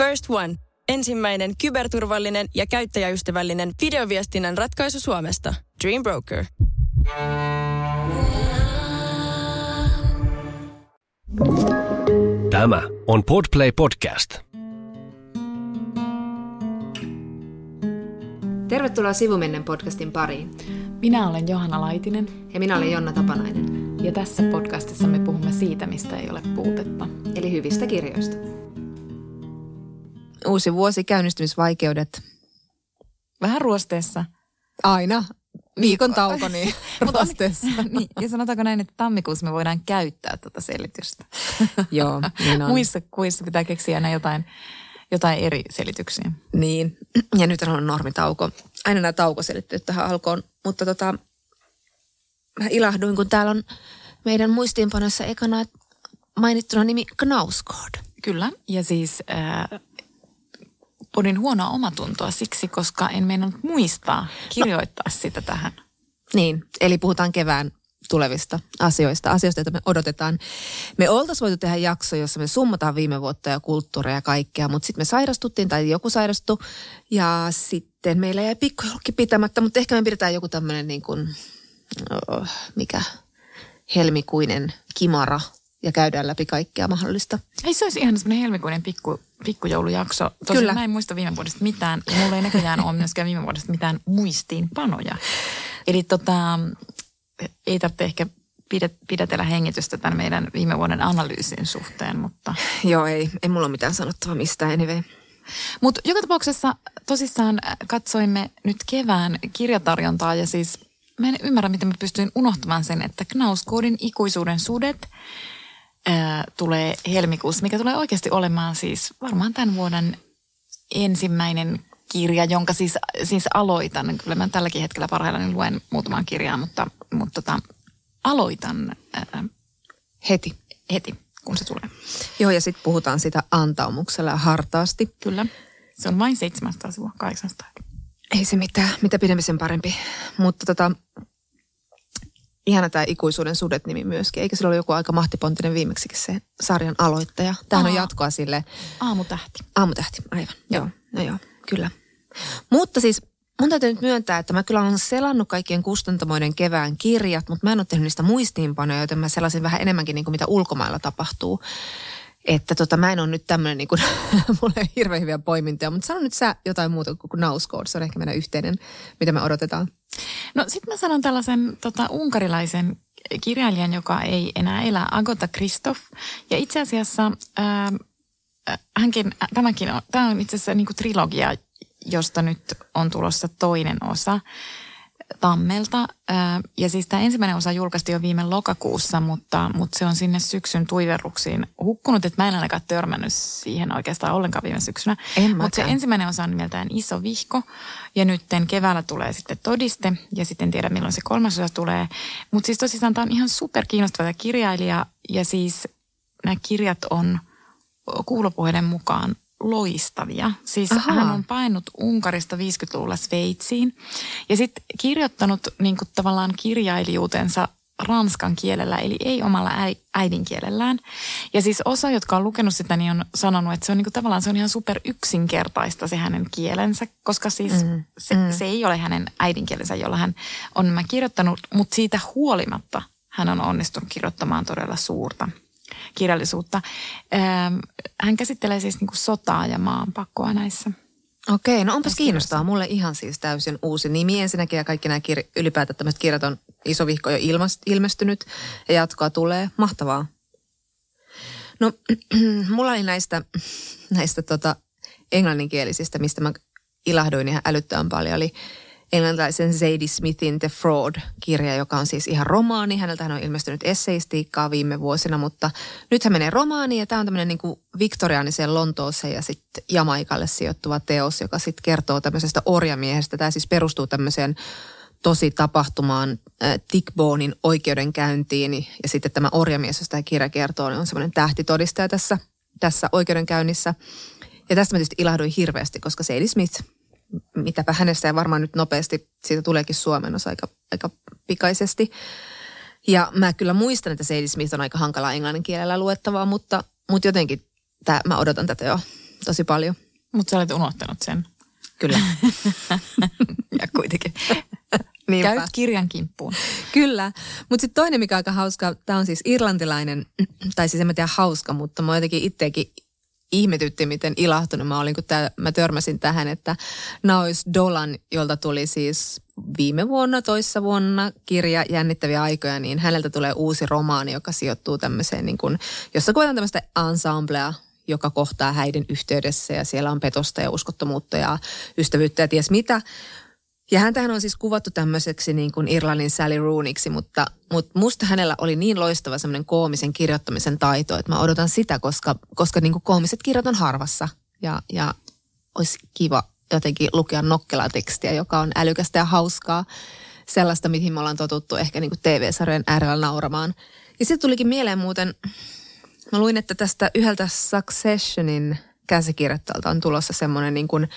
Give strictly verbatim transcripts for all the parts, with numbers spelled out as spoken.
First One. Ensimmäinen kyberturvallinen ja käyttäjäystävällinen videoviestinnän ratkaisu Suomesta. Dream Broker. Tämä on Podplay Podcast. Tervetuloa Sivumennen podcastin pariin. Minä olen Johanna Laitinen. Ja minä olen Jonna Tapanainen. Ja tässä podcastissa me puhumme siitä, mistä ei ole puutetta. Eli hyvistä kirjoista. Uusi vuosi, käynnistymisvaikeudet. Vähän ruosteessa. Aina. Viikon tauko, niin ruosteessa. Niin, ja sanotaanko näin, että tammikuussa me voidaan käyttää tätä selitystä. Joo, niin on. Muissa kuissa pitää keksiä aina jotain, jotain eri selityksiä. Niin, ja nyt on normitauko. Aina nämä taukoselittelyt tähän alkoon. Mutta tota, mä ilahduin, kun täällä on meidän muistiinpanoissa ekana mainittuna nimi Knausgård. Kyllä, ja siis äh, podin huonoa omatuntoa siksi, koska en meinannut muistaa kirjoittaa no. sitä tähän. Niin, eli puhutaan kevään tulevista asioista, asioista, joita me odotetaan. Me oltaisiin voitu tehdä jakso, jossa me summataan viime vuotta ja kulttuuria ja kaikkea, mutta sitten me sairastuttiin tai joku sairastui ja sitten meillä jäi pikkujolkki pitämättä, mutta ehkä me pidetään joku tämmöinen niin kuin, oh, mikä, helmikuinen kimara ja käydään läpi kaikkea mahdollista. Ei se olisi ihan semmoinen helmikuinen pikku, pikkujoulujakso. Tosin Kyllä. mä en muista viime vuodesta mitään ja mulla ei näköjään ole myöskään viime vuodesta mitään muistiinpanoja. Eli tota... Ei tarvitse ehkä pidätellä hengitystä tämän meidän viime vuoden analyysin suhteen, mutta... Joo, ei, ei mulla ole mitään sanottavaa mistään, anyway. Mutta joka tapauksessa tosissaan katsoimme nyt kevään kirjatarjontaa ja siis mä en ymmärrä, miten mä pystyin unohtamaan sen, että Knausgårdin Ikuisuuden sudet ää, tulee helmikuussa, mikä tulee oikeasti olemaan siis varmaan tämän vuoden ensimmäinen kirja, jonka siis, siis aloitan. Kyllä mä tälläkin hetkellä parhaillaan luen muutaman kirjaa, mutta, mutta tota, aloitan ää, heti. heti, kun se tulee. Joo, ja sitten puhutaan sitä antaumuksella ja hartaasti. Kyllä. Se on vain seitsemänsataa sivua, kahdeksansataa. Ei se mitään, mitä pidempi sen parempi. Mutta tota, ihana tämä Ikuisuuden sudet-nimi myöskin. Eikä sillä ole joku aika mahtipontinen viimeksikin se sarjan aloittaja? Tämähän on jatkoa sille. Aamutähti. Aamutähti, aivan. Joo, no joo. Kyllä. Mutta siis mun täytyy nyt myöntää, että mä kyllä olen selannut kaikkien kustantamoiden kevään kirjat, mutta mä en ole tehnyt niistä muistiinpanoja, joten mä selasin vähän enemmänkin niin kuin mitä ulkomailla tapahtuu. Että tota mä en ole nyt tämmöinen, niin kuin, mulla ei hirveän hyviä poimintoja, mutta sano nyt sä jotain muuta kuin Knausgård, se on ehkä meidän yhteinen, mitä me odotetaan. No sit mä sanon tällaisen tota, unkarilaisen kirjailijan, joka ei enää elä, Agota Kristoff. Ja itse asiassa ää, hänkin, tämäkin on, tämä on itse asiassa niin kuin trilogia, josta nyt on tulossa toinen osa Tammelta. Ja siis tämä ensimmäinen osa julkaistiin jo viime lokakuussa, mutta, mutta se on sinne syksyn tuiverruksiin hukkunut, että mä en ainakaan törmännyt siihen oikeastaan ollenkaan viime syksynä. Mutta se ensimmäinen osa on nimeltään Iso vihko ja nyt keväällä tulee sitten todiste ja sitten en tiedä milloin se kolmas osa tulee. Mutta siis tosissaan tämä on ihan super kiinnostava kirjailija ja siis nämä kirjat on kuulopuheiden mukaan loistavia. Siis Aha. hän on painut Unkarista viisikymmentäluvulla Sveitsiin ja sitten kirjoittanut niin kuin tavallaan kirjailijuutensa ranskan kielellä, eli ei omalla äidinkielellään. Ja siis osa, jotka on lukenut sitä, niin on sanonut, että se on niin kuin tavallaan se on ihan super yksinkertaista se hänen kielensä, koska siis mm. Se, mm. se ei ole hänen äidinkielensä, jolla hän on nämä kirjoittanut, mutta siitä huolimatta hän on onnistunut kirjoittamaan todella suurta kirjallisuutta. Hän käsittelee siis niin kuin sotaa ja maanpakkoa näissä. Okei, no onpas kiinnostaa. Mulle ihan siis täysin uusi nimi ensinnäkin ja kaikki nämä kir- ylipäätään tämmöiset kirjat on Iso vihko jo ilmast- ilmestynyt ja jatkoa tulee. Mahtavaa. No mulla oli näistä, näistä tota, englanninkielisistä, mistä mä ilahduin ihan älyttömän paljon, oli englantilaisen Zadie Smithin The Fraud-kirja, joka on siis ihan romaani. Häneltähän on ilmestynyt esseistiikkaa viime vuosina, mutta nyt hän menee romaaniin ja tämä on tämmöinen niin kuin viktoriaaniseen Lontooseen ja sitten Jamaikalle sijoittuva teos, joka sitten kertoo tämmöisestä orjamiehestä. Tämä siis perustuu tämmöiseen tosi tapahtumaan äh, Tichbornein oikeudenkäyntiin ja sitten tämä orjamies, josta tämä kirja kertoo, niin on semmoinen tähtitodistaja tässä, tässä oikeudenkäynnissä. Ja tästä mä tietysti ilahduin hirveästi, koska Zadie Smith, mitäpä hänestä ja varmaan nyt nopeasti, siitä tuleekin Suomen osa aika, aika pikaisesti. Ja mä kyllä muistan, että Zadie Smith on aika hankalaa englannin kielellä luettavaa, mutta, mutta jotenkin tää, mä odotan tätä jo tosi paljon. Mutta sä olet unohtanut sen. Kyllä. Ja kuitenkin. Niinpä. Käyt kirjan kimppuun. Kyllä, mutta sitten toinen, mikä on aika hauska, tämä on siis irlantilainen, tai siis en mä tiedä hauska, mutta mä jotenkin itsekin ihmetytti, miten ilahtunut mä olin, kun tää, mä törmäsin tähän, että Naois Dolan, jolta tuli siis viime vuonna, toissa vuonna kirja Jännittäviä aikoja, niin häneltä tulee uusi romaani, joka sijoittuu tämmöiseen, niin kuin, jossa kuvataan tämmöistä ensemblea, joka kohtaa häiden yhteydessä ja siellä on petosta ja uskottomuutta ja ystävyyttä ja ties mitä. Ja häntähän on siis kuvattu tämmöiseksi niin kuin Irlannin Sally Rooneyksi, mutta, mutta musta hänellä oli niin loistava semmoinen koomisen kirjoittamisen taito, että mä odotan sitä, koska, koska niin kuin koomiset kirjat on harvassa. Ja, ja olisi kiva jotenkin lukea nokkelaa tekstiä, joka on älykästä ja hauskaa. Sellaista, mihin me ollaan totuttu ehkä niin kuin T V-sarjojen äärellä nauramaan. Ja sitten tulikin mieleen muuten, mä luin, että tästä yhdeltä Successionin käsikirjoittajalta on tulossa semmoinen niin kuin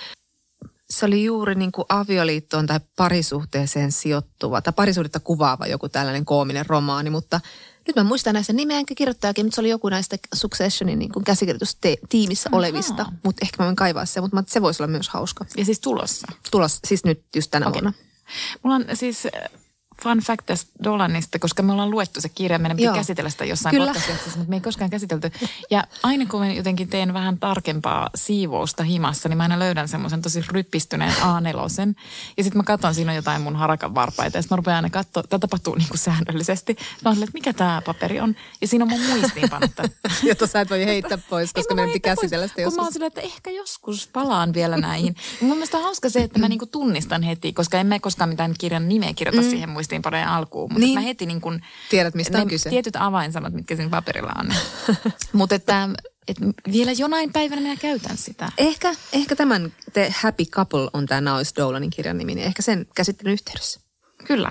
se oli juuri niin kuin avioliittoon tai parisuhteeseen sijoittuva tai parisuhdetta kuvaava joku tällainen koominen romaani, mutta nyt mä muistan näistä nimeä enkä kirjoittajakin, mutta se oli joku näistä Successionin niin kuin käsikirjoitustiimissä olevista, Ahaa. mutta ehkä mä voin kaivaa se, mutta se voisi olla myös hauska. Ja siis tulossa. Tulos siis nyt just tänä Okei. vuonna. Mulla on siis fun fact tästä Dolanista, koska me ollaan luettu se kirja, meidän Joo. piti käsitellä sitä jossain Kyllä. podcastissa, mutta me ei koskaan käsitelty. Ja aina kun mä jotenkin teen vähän tarkempaa siivousta himassa, niin mä aina löydän semmoisen tosi ryppistyneen A neljä. Ja sitten mä katson, siinä on jotain mun harakan varpaita ja sitten mä rupean aina katsoa, tämä tapahtuu niin kuin säännöllisesti. Mä oon että mikä tämä paperi on? Ja siinä on mun muistiinpanot. Jota sä et voi heittää pois, koska meidän piti käsitellä sitä Kun joskus. mä oon silleen, että ehkä joskus palaan vielä näihin. Ja mun mielestä on hauska se, että mä niinku tunnistan heti, koska en mä koskaan mitään kirjan nimeä kirjoita mm. siihen muistiinpanojen alkuun. Mutta Niin. mä heti niin kun, Tiedät, mistä on ne kyse. tietyt avainsanat, mitkä siinä paperilla on. Mutta että, että vielä jonain päivänä minä käytän sitä. Ehkä, ehkä tämän The Happy Couple on tämä Naois Dolanin kirjan nimi, niin ehkä sen käsittelyn yhteydessä. Kyllä.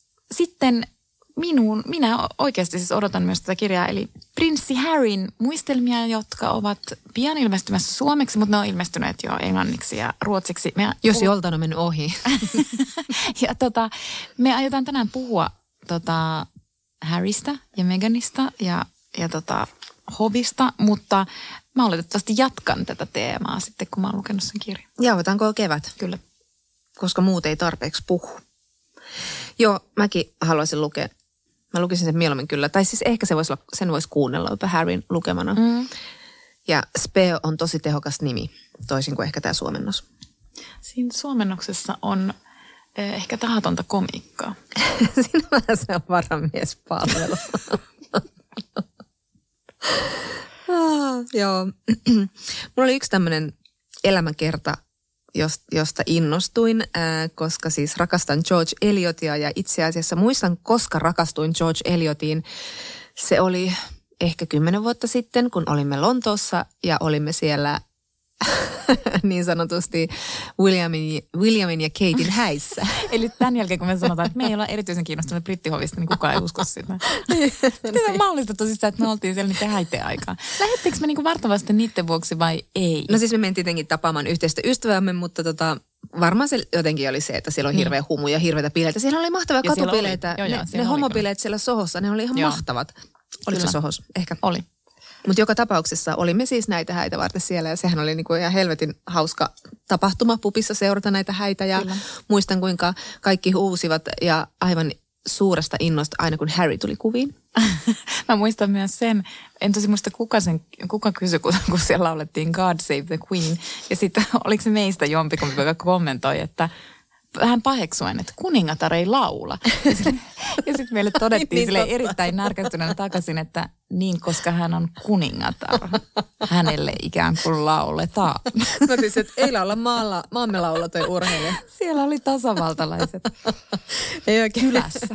Sitten minuun, minä oikeasti siis odotan myös tätä kirjaa, eli Prinssi Harryn muistelmia, jotka ovat pian ilmestymässä suomeksi, mutta ne on ilmestyneet jo englanniksi ja ruotsiksi. Me Jos joltain on mennyt ohi. ja tota, me aiotaan tänään puhua tota, Harrystä ja Meghanista ja, ja tota, Hobista, mutta mä oletettavasti jatkan tätä teemaa sitten, kun mä oon lukenut sen kirjan. Jauhetaanko kevät? Kyllä. Koska muut ei tarpeeksi puhu. Joo, mäkin haluaisin lukea. Mä lukisin sen mieluummin kyllä. Tai siis ehkä se voisi olla, sen voisi kuunnella jopa Harryn lukemana. Mm. Ja Spee on tosi tehokas nimi, toisin kuin ehkä tämä suomennos. Siinä suomennoksessa on eh, ehkä tahatonta komiikkaa. Siinä vähän se on varamiespalvelu. ah, joo. Mulla oli yksi tämmöinen elämäkerta, josta innostuin, koska siis rakastan George Eliotia ja itse asiassa muistan, koska rakastuin George Eliotiin. Se oli ehkä kymmenen vuotta sitten, kun olimme Lontoossa ja olimme siellä niin sanotusti Williamin, Williamin ja Katein häissä. Eli tämän jälkeen, kun me sanotaan, että me ei olla erityisen kiinnostuneet brittihovista, niin kukaan ei usko sitä. Miten on mahdollista tosissaan, että me oltiin siellä niiden häiteen aikaan? Lähettikö me niinku vartavasti niiden vuoksi vai ei? No siis me mentiin tietenkin tapaamaan yhteistä ystäväämme, mutta tota, varmaan se jotenkin oli se, että siellä on Niin. hirveä humu ja hirveitä bileitä. Siellä oli mahtavia Ja siellä katubileitä. oli. Joo, joo, ne siellä ne oli homobileet siellä Sohossa, ne oli ihan Joo. mahtavat. Oliko Kyllä. se Sohos? Ehkä. Oli. Mutta joka tapauksessa olimme siis näitä häitä varten siellä ja sehän oli niinku ihan helvetin hauska tapahtuma pupissa seurata näitä häitä ja Kyllä. muistan kuinka kaikki huusivat ja aivan suuresta innosta aina kun Harry tuli kuviin. Mä muistan myös sen, en tosi muista kuka, sen, kuka kysyi, kun, kun siellä laulettiin God Save the Queen. Ja sitten oliko se meistä jompikumpi, joka kommentoi, että vähän paheksuen, että kuningatar ei laula. Ja sitten sit meille todettiin Niin sille totta. erittäin närkästyneenä takaisin, että niin, koska hän on kuningatar. Hänelle ikään kuin lauletaan. Mä tiesin, että ei laula maalla, maamme laula toi urheilija. Siellä oli tasavaltalaiset Ei oikein. kylässä.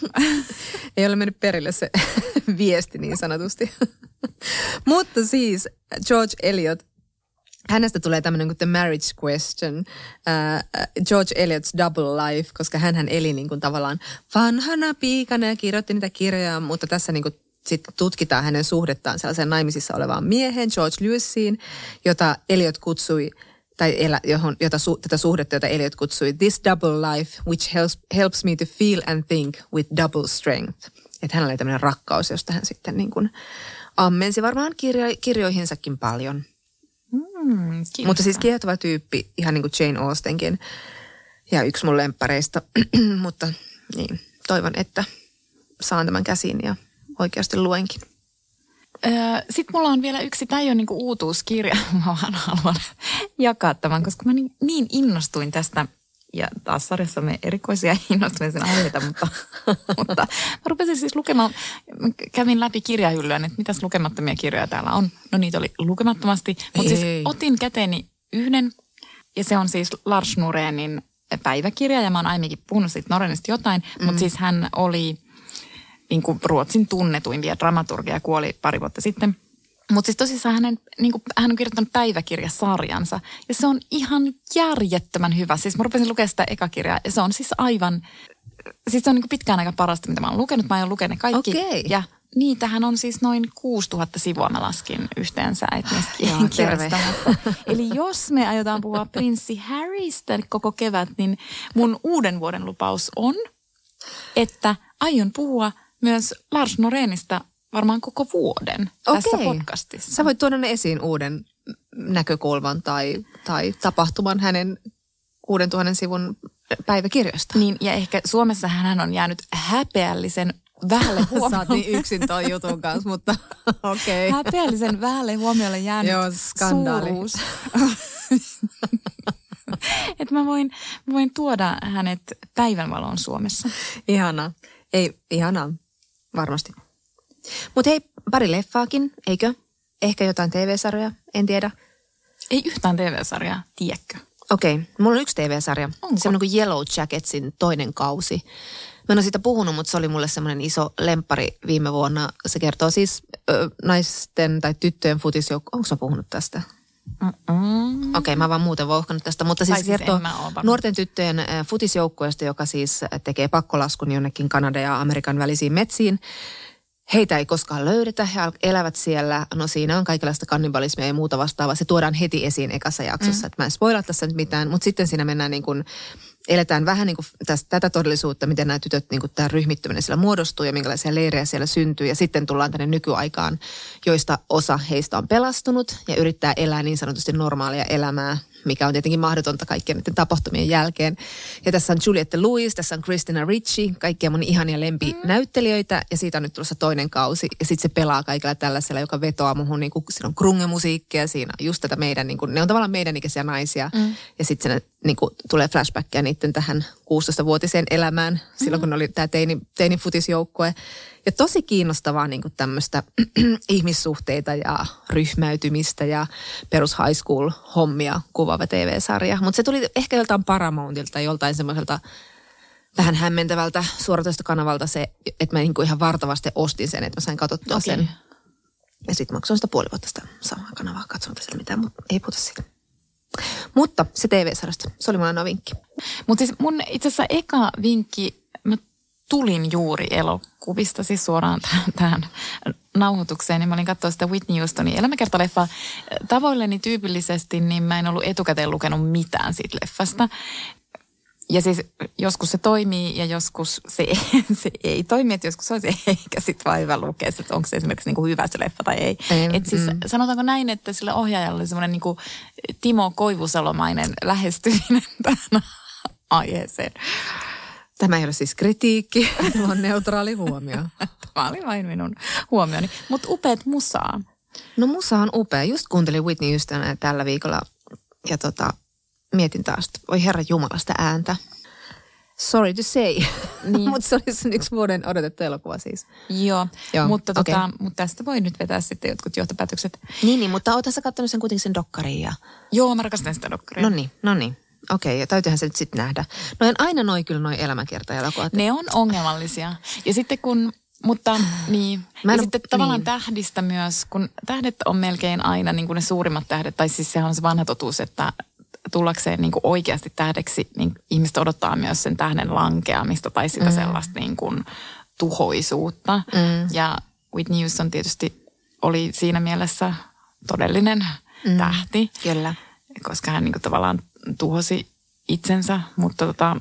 Ei ole mennyt perille se viesti niin sanotusti. Mutta siis George Eliot, hänestä tulee tämmöinen kuin The Marriage Question, uh, George Eliot's Double Life, koska hänhän eli niin kuin tavallaan vanhana piikana ja kirjoitti niitä kirjoja, mutta tässä niin kuin sitten tutkitaan hänen suhdettaan sellaiseen naimisissa olevaan mieheen, George Lewisiin, jota Eliot kutsui, tai elä, johon, jota su, tätä suhdetta, jota Eliot kutsui, this double life, which helps, helps me to feel and think with double strength. Että hänellä oli tämmöinen rakkaus, josta hän sitten niin kuin ammensi varmaan kirjo, kirjoihinsakin paljon. Mm, Mutta siis kiehtova tyyppi, ihan niin kuin Jane Austenkin. Ja yksi mun lemppareista. Mutta niin, toivon, että saan tämän käsiin ja oikeasti luenkin. Öö, Sitten mulla on vielä yksi, tämä ei ole niinku uutuuskirja, mä vaan haluan jakaa tämän, koska mä niin, niin innostuin tästä. Ja taas sarjassamme erikoisia innostumisen aiheita, mutta, mutta mä rupesin siis lukemaan, kävin läpi kirjahyllyä, että mitäs lukemattomia kirjoja täällä on. No niitä oli lukemattomasti, mutta siis otin käteeni yhden, ja se on siis Lars Norenin päiväkirja, ja mä oon aiemminkin puhunut siitä Norenista jotain, mm. mutta siis hän oli niin kuin Ruotsin tunnetuimpia dramaturgia, kuoli pari vuotta sitten. Mutta siis tosissaan hänen, niin kuin, hän on kirjoittanut päiväkirjasarjansa ja se on ihan järjettömän hyvä. Siis mä rupesin lukemaan sitä ekakirjaa ja se on siis aivan, siis se on niin kuin pitkään aika parasta, mitä mä oon lukenut. Mä oon lukenut ne kaikki. Okay. Ja niitähän on siis noin kuusituhatta sivua mä laskin yhteensä. Että Joo, terve. Eli jos me aiotaan puhua prinssi Harrystä koko kevät, niin mun uuden vuoden lupaus on, että aion puhua myös Lars Norenista varmaan koko vuoden tässä Okei. podcastissa. Sä voit tuoda ne esiin uuden näkökulman tai, tai tapahtuman hänen kuudentuhannen sivun päiväkirjoista. Niin, ja ehkä Suomessa hän on jäänyt häpeällisen vähälle huomiolle. Saatiin yksin ton jutun kanssa, mutta okei. Okay. Häpeällisen vähälle huomiolle jäänyt Joo, skandaali. suuruus. Että mä voin, mä voin tuoda hänet päivänvaloon Suomessa. Ihanaa. Ei, ihanaa. Varmasti. Mutta hei, pari leffaakin, eikö? Ehkä jotain T V-sarjoja, en tiedä. Ei yhtään T V-sarjaa, tiedätkö? Okei, okay. Mulla on yksi T V-sarja. Onko? Se on niin kuin Yellow Jacketsin toinen kausi. Mä en ole siitä puhunut, mutta se oli mulle semmoinen iso lemppari viime vuonna. Se kertoo siis ö, naisten tai tyttöjen futisjoukko. Onko sä puhunut tästä? Mm-mm. Okei, okay, mä vaan muuten vouhkanut tästä, mutta siis, siis kertoo nuorten tyttöjen futisjoukkueesta, joka siis tekee pakkolaskun jonnekin Kanadan ja Amerikan välisiin metsiin. Heitä ei koskaan löydetä, he elävät siellä. No siinä on kaikenlaista kannibalismia ja muuta vastaavaa. Se tuodaan heti esiin ekassa jaksossa, mm. että mä en spoilaa tässä nyt mitään, mutta sitten siinä mennään niin kuin, eletään vähän niin kuin tästä, tätä todellisuutta, miten nämä tytöt, niin kuin tämä ryhmittyminen siellä muodostuu ja minkälaisia leirejä siellä syntyy. Ja sitten tullaan tänne nykyaikaan, joista osa heistä on pelastunut ja yrittää elää niin sanotusti normaalia elämää, mikä on tietenkin mahdotonta kaikkien näiden tapahtumien jälkeen. Ja tässä on Juliette Lewis, tässä on Christina Ricci, kaikkia mun ihania lempinäyttelijöitä, ja siitä on nyt tulossa toinen kausi. Ja sitten se pelaa kaikilla tällaisella, joka vetoaa muhun, niin kuin, siinä on grunge-musiikkia, siinä on just tätä meidän, niin kuin, ne on tavallaan meidän ikäisiä naisia. Mm. Ja sitten se niin kuin, tulee flashbackia niiden tähän kuusitoistavuotiseen elämään, silloin kun oli tämä teini, teinifutisjoukkue. Ja tosi kiinnostavaa niin kuin tämmöistä ihmissuhteita ja ryhmäytymistä ja perus high school hommia kuvaava T V-sarja. Mutta se tuli ehkä joltain Paramountilta tai joltain semmoiselta vähän hämmentävältä suoratoistokanavalta se, että mä niin kuin ihan vartavasti ostin sen, että mä sain katsottua okay. sen. Ja sitten maksoin sitä puoli vuotta sitä samaa kanavaa katsomatta sitä mitään, mutta ei puhuta siitä. Mutta se T V-sarjasta, se oli mun ainoa vinkki. Mutta siis mun itse asiassa eka vinkki, mä tulin juuri elokuvista siis suoraan tähän nauhoitukseen, niin mä olin katsoa sitä Whitney Houstonin elämäkertaleffaa. Tavoilleni tyypillisesti, niin mä en ollut etukäteen lukenut mitään siitä leffasta. Ja siis joskus se toimii ja joskus se, se ei toimi, että joskus on se eikä sit vaan hyvä lukea, että onko se esimerkiksi niinku hyvä se leffa tai ei. Mm, et siis mm. sanotaanko näin, että sillä ohjaajalla oli semmoinen niinku Timo Koivusalomainen lähestyminen tähän aiheeseen. Tämä ei ole siis kritiikki, tämä on neutraali huomio. Tämä oli vain minun huomioni. Mutta upeat musaa. No musa on upea. Just kuuntelin Whitney Houstonia tällä viikolla ja tota, mietin taas, että voi herra jumala sitä ääntä. Sorry to say. Niin. Mutta se oli yksi vuoden odotettu elokuva siis. Joo, Joo. Mutta, okay. tota, mutta tästä voi nyt vetää sitten jotkut johtopäätökset. Niin, niin mutta oothan sä katsonut sen kuitenkin sen dokkariin ja... Joo, mä rakastan sitä dokkaria. No niin, no niin. Okei, ja täytyyhän se nyt sitten nähdä. No en aina noi kyllä noi elämäkerta-elokuvat. Ne on ongelmallisia. Ja sitten kun, mutta niin. Mä en ja ole, sitten tavallaan niin. tähdistä myös, kun tähdet on melkein aina niin kuin ne suurimmat tähdet, tai siis sehän on se vanha totuus, että tullakseen niin kuin oikeasti tähdeksi, niin ihmiset odottaa myös sen tähden lankeamista tai sitä mm. sellaista niin kuin tuhoisuutta. Mm. Ja Whitney Houston tietysti oli siinä mielessä todellinen mm. tähti. Kyllä. Koska hän niin kuin tavallaan tuhosi itsensä, mutta tota...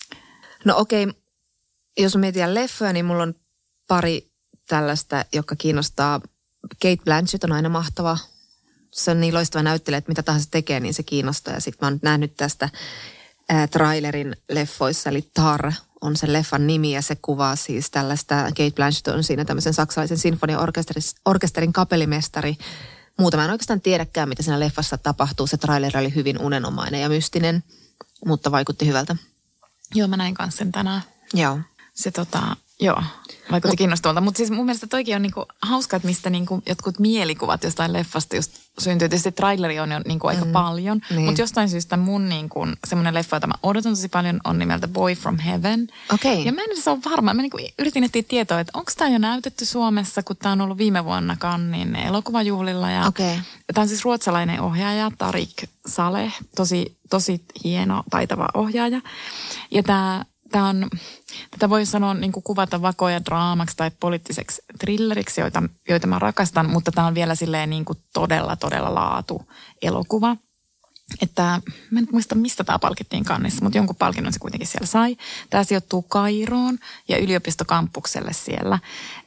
No okei, okay. Jos mietitään leffoja, niin mulla on pari tällaista, jotka kiinnostaa. Cate Blanchett on aina mahtava. se on niin loistava näyttelijä, että mitä tahansa tekee, niin se kiinnostaa. Ja sitten mä oon nähnyt tästä ää, trailerin leffoissa, eli Tar on se leffan nimi ja se kuvaa siis tällaista, Cate Blanchett on siinä tämmöisen saksalaisen sinfoniaorkesterin kapellimestari. Muuta mä en oikeastaan tiedäkään, mitä siinä leffassa tapahtuu. Se traileri oli hyvin unenomainen ja mystinen, mutta vaikutti hyvältä. Joo, mä näin kanssa sen tänään. Joo. Se tota, joo, vaikutti Mut, kiinnostavalta. Mutta siis mun mielestä toikin on niinku hauska, että mistä niinku jotkut mielikuvat jostain leffasta just syntyy. Tietysti traileri on jo niinku aika mm, paljon. Niin. Mutta jostain syystä mun niinku, semmoinen leffa, jota mä odotan tosi paljon, on nimeltä Boy from Heaven. Okay. Ja mä en edes ole varma. Mä niinku yritin etsiä tietoa, että onko tämä jo näytetty Suomessa, kun tämä on ollut viime vuonna Cannesin elokuvajuhlilla. Ja okay. Tämä on siis ruotsalainen ohjaaja, Tarik Saleh. Tosi, tosi hieno, taitava ohjaaja. Ja tämä... Tämä on, tätä voi sanoa niin kuin kuvata vakoja draamaksi tai poliittiseksi thrilleriksi, joita, joita mä rakastan, mutta tämä on vielä silleen niin kuin todella, todella laatu elokuva. Että mä en muista, mistä tämä palkittiin Cannesissa, mutta jonkun palkinnon se kuitenkin siellä sai. Tämä sijoittuu Kairoon ja yliopistokampukselle siellä.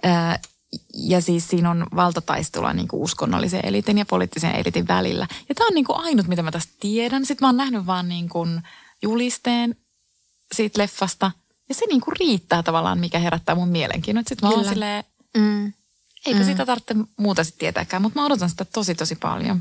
Ja siis siinä on valtataistelua niin kuin uskonnollisen elitin ja poliittisen elitin välillä. Ja tämä on niin kuin ainut, mitä mä tästä tiedän. Sitten mä oon nähnyt vaan niin kuin julisteen siitä leffasta. Ja se niinku riittää tavallaan, mikä herättää mun mielenkiinnon. Sitten mä oon silleen, mm. eipä mm. sitä tarvitse muuta sitten tietääkään, mutta mä odotan sitä tosi tosi paljon.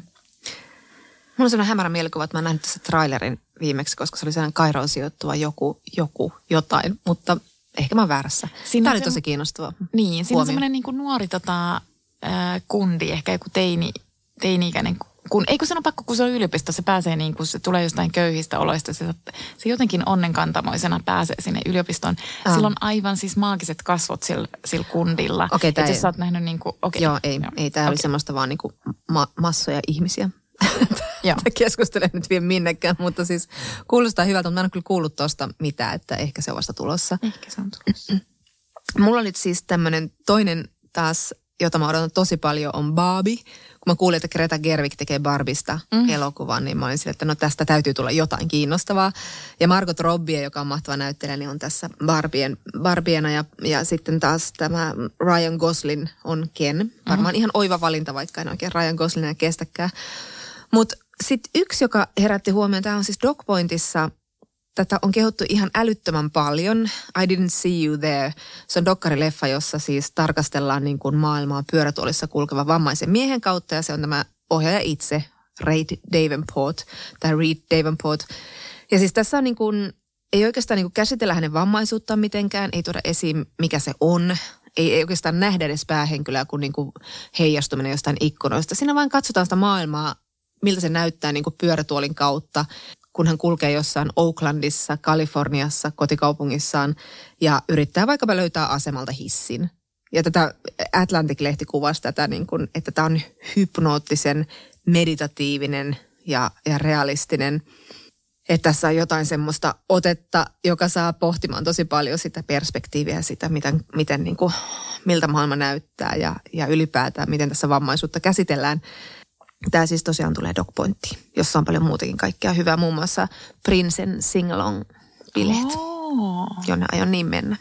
Mulla on sellainen hämärä mielikuva, että mä oon nähnyt tässä trailerin viimeksi, koska se oli sellainen Kairoon sijoittuva joku, joku, jotain, mutta ehkä mä oon väärässä. Siinä Tämä oli se, tosi kiinnostava. Niin, siinä on semmoinen niinku nuori tota, äh, kundi, ehkä joku teini, teini-ikäinen kun, eikö se ole pakko, kun se on yliopisto, se pääsee niin kuin, se tulee jostain köyhistä oloista, se, se jotenkin onnenkantamoisena pääsee sinne yliopistoon. Ah. Sillä on aivan siis maagiset kasvot sillä, sillä kundilla. Okei, okay, jos sä oot nähnyt niin kuin, okay. Joo, ei, joo. ei tämä okay. oli semmoista vaan niin kuin ma- massoja ihmisiä. Tämä keskustelee nyt vielä minnekään, mutta siis kuulostaa hyvältä, mutta mä en ole kyllä kuullut tuosta mitään, että ehkä se on vasta tulossa. Ehkä se on tulossa. Mulla oli siis tämmöinen toinen taas, jota mä odotan tosi paljon, on Barbie. Kun mä kuulin, että Greta Gerwig tekee Barbista mm. elokuvan, niin mä olin sille, että no tästä täytyy tulla jotain kiinnostavaa. Ja Margot Robbie, joka on mahtava näyttelijä, niin on tässä Barbien, Barbiena. Ja, ja sitten taas tämä Ryan Gosling on Ken. Varmaan mm. ihan oiva valinta, vaikka en oikein Ryan Goslingia kestäkään. Mutta sitten yksi, joka herätti huomioon, tämä on siis Dog Pointissa. Tätä on kehuttu ihan älyttömän paljon. I Didn't See You There. Se on dokkarileffa, jossa siis tarkastellaan niin kuin maailmaa pyörätuolissa kulkevan vammaisen miehen kautta. Ja se on tämä ohjaaja itse, Reid Davenport, tai Reid Davenport. Ja siis tässä on niin kuin, ei oikeastaan niin kuin käsitellä hänen vammaisuuttaan mitenkään, ei tuoda esiin mikä se on. Ei, ei oikeastaan nähdä edes päähenkilöä kuin, niin kuin heijastuminen jostain ikkunoista. Siinä vain katsotaan sitä maailmaa, miltä se näyttää niin kuin pyörätuolin kautta, kun hän kulkee jossain Oaklandissa, Kaliforniassa, kotikaupungissaan ja yrittää vaikkapa löytää asemalta hissin. Ja tätä Atlantic-lehti kuvasi tätä, niin kuin, että tämä on hypnoottisen, meditatiivinen ja, ja realistinen. Että tässä on jotain semmoista otetta, joka saa pohtimaan tosi paljon sitä perspektiiviä, sitä miten, miten niin kuin, miltä maailma näyttää ja, ja ylipäätään miten tässä vammaisuutta käsitellään. Tämä siis tosiaan tulee Dog Pointtiin, jossa on paljon muutakin kaikkea hyvää, muun muassa Prinsen sing-along-bileet, oh. jonne aion niin mennä.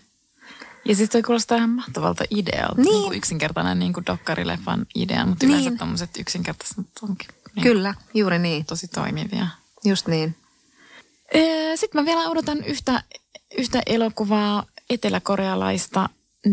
Ja siis toi kuulostaa ihan mahtavalta idealta, niin. Niin kuin yksinkertainen niin kuin dokkarileffan idea, mutta niin. Yleensä tommoset yksinkertaiset onkin niin kyllä, juuri niin. Tosi toimivia. Just niin. Sitten mä vielä odotan yhtä, yhtä elokuvaa eteläkorealaista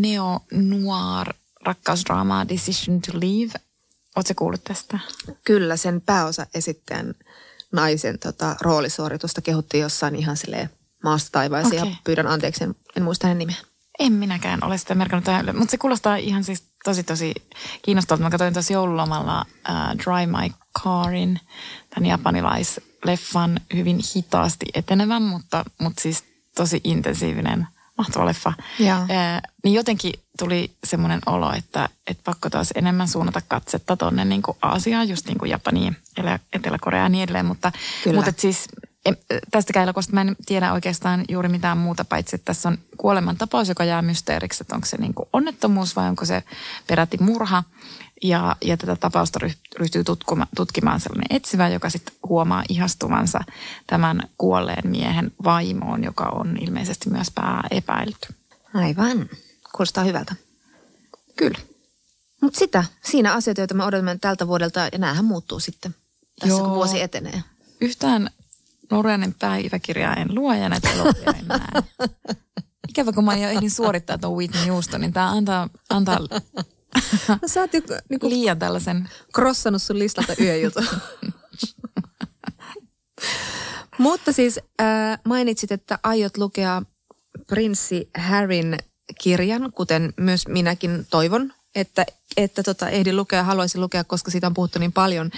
neo-noir-rakkausdraamaa Decision to Leave. Oletko kuullut tästä? Kyllä, sen pääosa esittäjän naisen tota, roolisuoritusta kehuttiin jossain ihan silleen maasta taivaisiin okay. Ja pyydän anteeksi, en, en muista hänen nimeä. En minäkään ole sitä merkannut tähän, mutta se kuulostaa ihan siis tosi tosi kiinnostavalta. Mä katsoin tuossa joululomalla äh, Drive My Carin, tämän japanilaisleffan hyvin hitaasti etenevän, mutta, mutta siis tosi intensiivinen, mahtava leffa. Äh, niin jotenkin tuli semmoinen olo, että, että pakko taas enemmän suunnata katsetta tuonne niin kuin Aasiaan, just niin kuin Japaniin, Etelä-Koreaan ja niin edelleen. Mutta, mutta siis tästäkään elokuvasta mä en tiedä oikeastaan juuri mitään muuta, paitsi että tässä on kuolemantapaus, joka jää mysteeriksi, että onko se niin kuin onnettomuus vai onko se peräti murha. Ja, ja tätä tapausta ryhtyy tutkuma, tutkimaan sellainen etsivä, joka sitten huomaa ihastuvansa tämän kuolleen miehen vaimoon, joka on ilmeisesti myös pääepäilty. Aivan. Kuulostaa hyvältä. Kyllä. Mutta sitä, siinä asioita, joita me odotamme tältä vuodelta, ja näähän muuttuu sitten tässä, Joo. kun vuosi etenee. Yhtään Norjanen päiväkirjaa en lue ja näitä elokuvia en näe. Ikävä, kun mä jo ehdin suorittaa tuon Whitney Houston, niin tää antaa, antaa no, sä oot jo niinku liian tällaisen. Krossannut sun listalta yöjutun. Mutta siis äh, mainitsit, että aiot lukea prinssi Harryn kirjan, kuten myös minäkin toivon, että, että tota, ehdin lukea, haluaisin lukea, koska siitä on puhuttu niin paljon.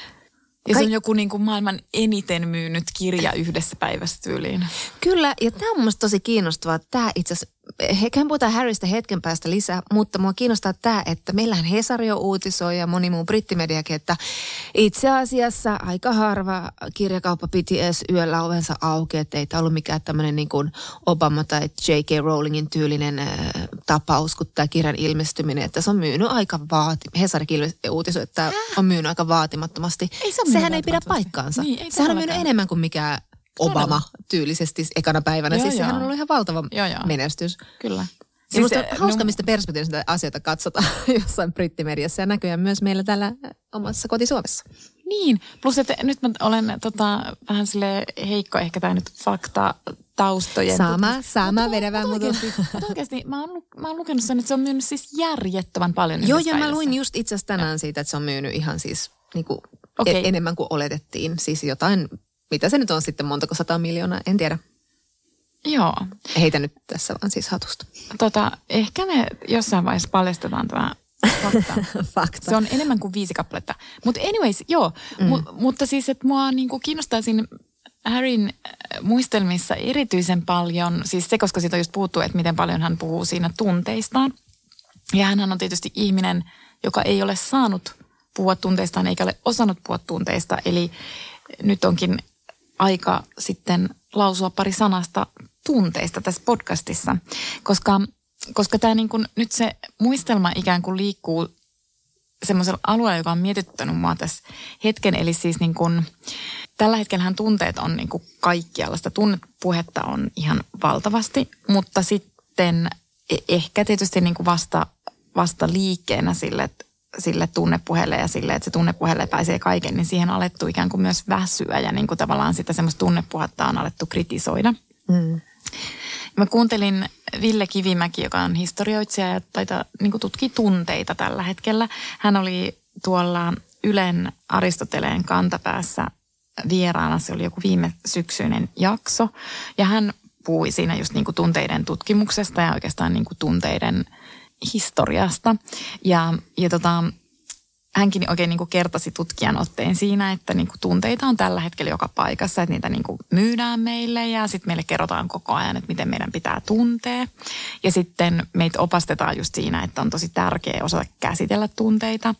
Ja se on joku niin kuin maailman eniten myynyt kirja yhdessä päivässä tyyliin. Kyllä, ja tämä on mun mielestä tosi kiinnostavaa. Tämä itse asiassa, hehän puhutaan Harrystä hetken päästä lisää, mutta mua kiinnostaa tämä, että meillähän Hesari jo uutisoi ja moni muu brittimediakin, että itse asiassa aika harva kirjakauppa piti edes yöllä ovensa auki, että ei tämä ollut mikään tämmöinen niin kuin Obama tai J K Rowlingin tyylinen äh, tapaus, kun tämä kirjan ilmestyminen, että se on myynyt aika vaati. Hesarikin uutisoi, että tämä on myynyt aika vaatimattomasti. Ei se Sehän ei pidä paikkaansa. Niin, sehän on myynyt enemmän kuin mikään Obama tyylisesti ekana päivänä. Joo, siis joo. sehän on ollut ihan valtava joo, joo. menestys. Kyllä. Siis musta on hauska, mistä perspektiivistä asioita katsotaan jossain brittimediassa ja näköjään myös meillä täällä omassa kotisuomessa. Niin, plus että nyt mä olen tota, vähän sille heikko ehkä tämä nyt fakta taustojen. Sama, sama vedävä. Mutta oikeasti, oikeasti mä, oon, mä oon lukenut sen, että se on myynyt siis järjettömän paljon. Joo, ja mä luin just itse asiassa tänään siitä, että se on myynyt ihan siis niin kuin okay. en, enemmän kuin oletettiin. Siis jotain, mitä se nyt on sitten, montako sata miljoonaa, en tiedä. Joo. Heitä nyt tässä vaan siis hatusta. Tota, ehkä me jossain vaiheessa paljastetaan tämä fakta. Fakta. Se on enemmän kuin viisi kappaletta. Mutta anyways, joo. Mm. Mu- mutta siis, että mua niinku kiinnostaa siinä Harryn muistelmissa erityisen paljon, siis se, koska siitä on just puhuttu, että miten paljon hän puhuu siinä tunteistaan. Ja hän on tietysti ihminen, joka ei ole saanut puhua tunteistaan eikä ole osannut puhua tunteista. Eli nyt onkin aika sitten lausua pari sanasta tunteista tässä podcastissa, koska, koska tämä niin kuin, nyt se muistelma ikään kuin liikkuu semmoisella alueella, joka on mietityttänyt mua tässä hetken. Eli siis niin kuin, tällä hetkellähän tunteet on niin kuin kaikkialla. Sitä tunnepuhetta on ihan valtavasti, mutta sitten ehkä tietysti niin kuin vasta, vasta liikkeenä sille, sille tunnepuheelle ja sille, että se tunnepuheelle pääsee kaiken, niin siihen on alettu ikään kuin myös väsyä ja niin kuin tavallaan sitä semmoista tunnepuhetta on alettu kritisoida. Mm. Mä kuuntelin Ville Kivimäki, joka on historioitsija ja taitaa niin kuin tutkii tunteita tällä hetkellä. Hän oli tuolla Ylen Aristoteleen kantapäässä vieraana, se oli joku viime syksyinen jakso ja hän puhui siinä just niin kuin tunteiden tutkimuksesta ja oikeastaan niin kuin tunteiden historiasta. Ja, ja tota, hänkin oikein niin kuin kertasi tutkijan otteen siinä, että niin kuin tunteita on tällä hetkellä joka paikassa, että niitä niin kuin myydään meille ja sitten meille kerrotaan koko ajan, että miten meidän pitää tuntea. Ja sitten meitä opastetaan just siinä, että on tosi tärkeää osata käsitellä tunteita.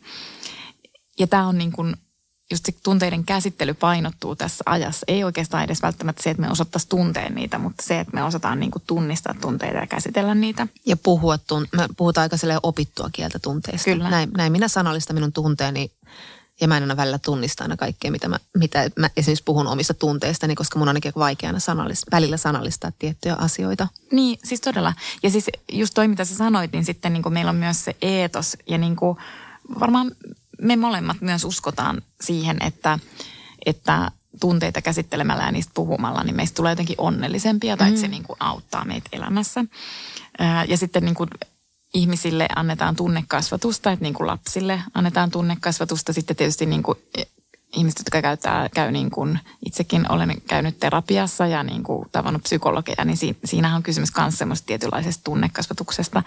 Ja tämä on niin kuin just se tunteiden käsittely painottuu tässä ajassa. Ei oikeastaan edes välttämättä se, että me osattaisiin tuntea niitä, mutta se, että me osataan niin kuin tunnistaa tunteita ja käsitellä niitä. Ja puhua, tun- me puhutaan aika silleen opittua kieltä tunteista. Kyllä. Näin, näin minä sanallistan minun tunteeni ja mä en aina välillä tunnista aina kaikkea, mitä mä, mitä mä esimerkiksi puhun omista tunteistani, koska mun on ainakin vaikeana sanallis- välillä sanallistaa tiettyjä asioita. Niin, siis todella. Ja siis just toi, mitä sä sanoit, niin sitten niin kuin meillä on myös se eetos ja niin kuin varmaan me molemmat myös uskotaan siihen, että, että tunteita käsittelemällä ja niistä puhumalla, niin meistä tulee jotenkin onnellisempia tai mm. että se niin kuin auttaa meitä elämässä. Ja sitten niin kuin ihmisille annetaan tunnekasvatusta, että niin kuin lapsille annetaan tunnekasvatusta. Sitten tietysti niin kuin ihmiset, jotka käyttää, käy niin kuin itsekin olen käynyt terapiassa ja niin kuin tavannut psykologeja, niin siinähän on kysymys myös semmoista tietynlaisesta tunnekasvatuksesta.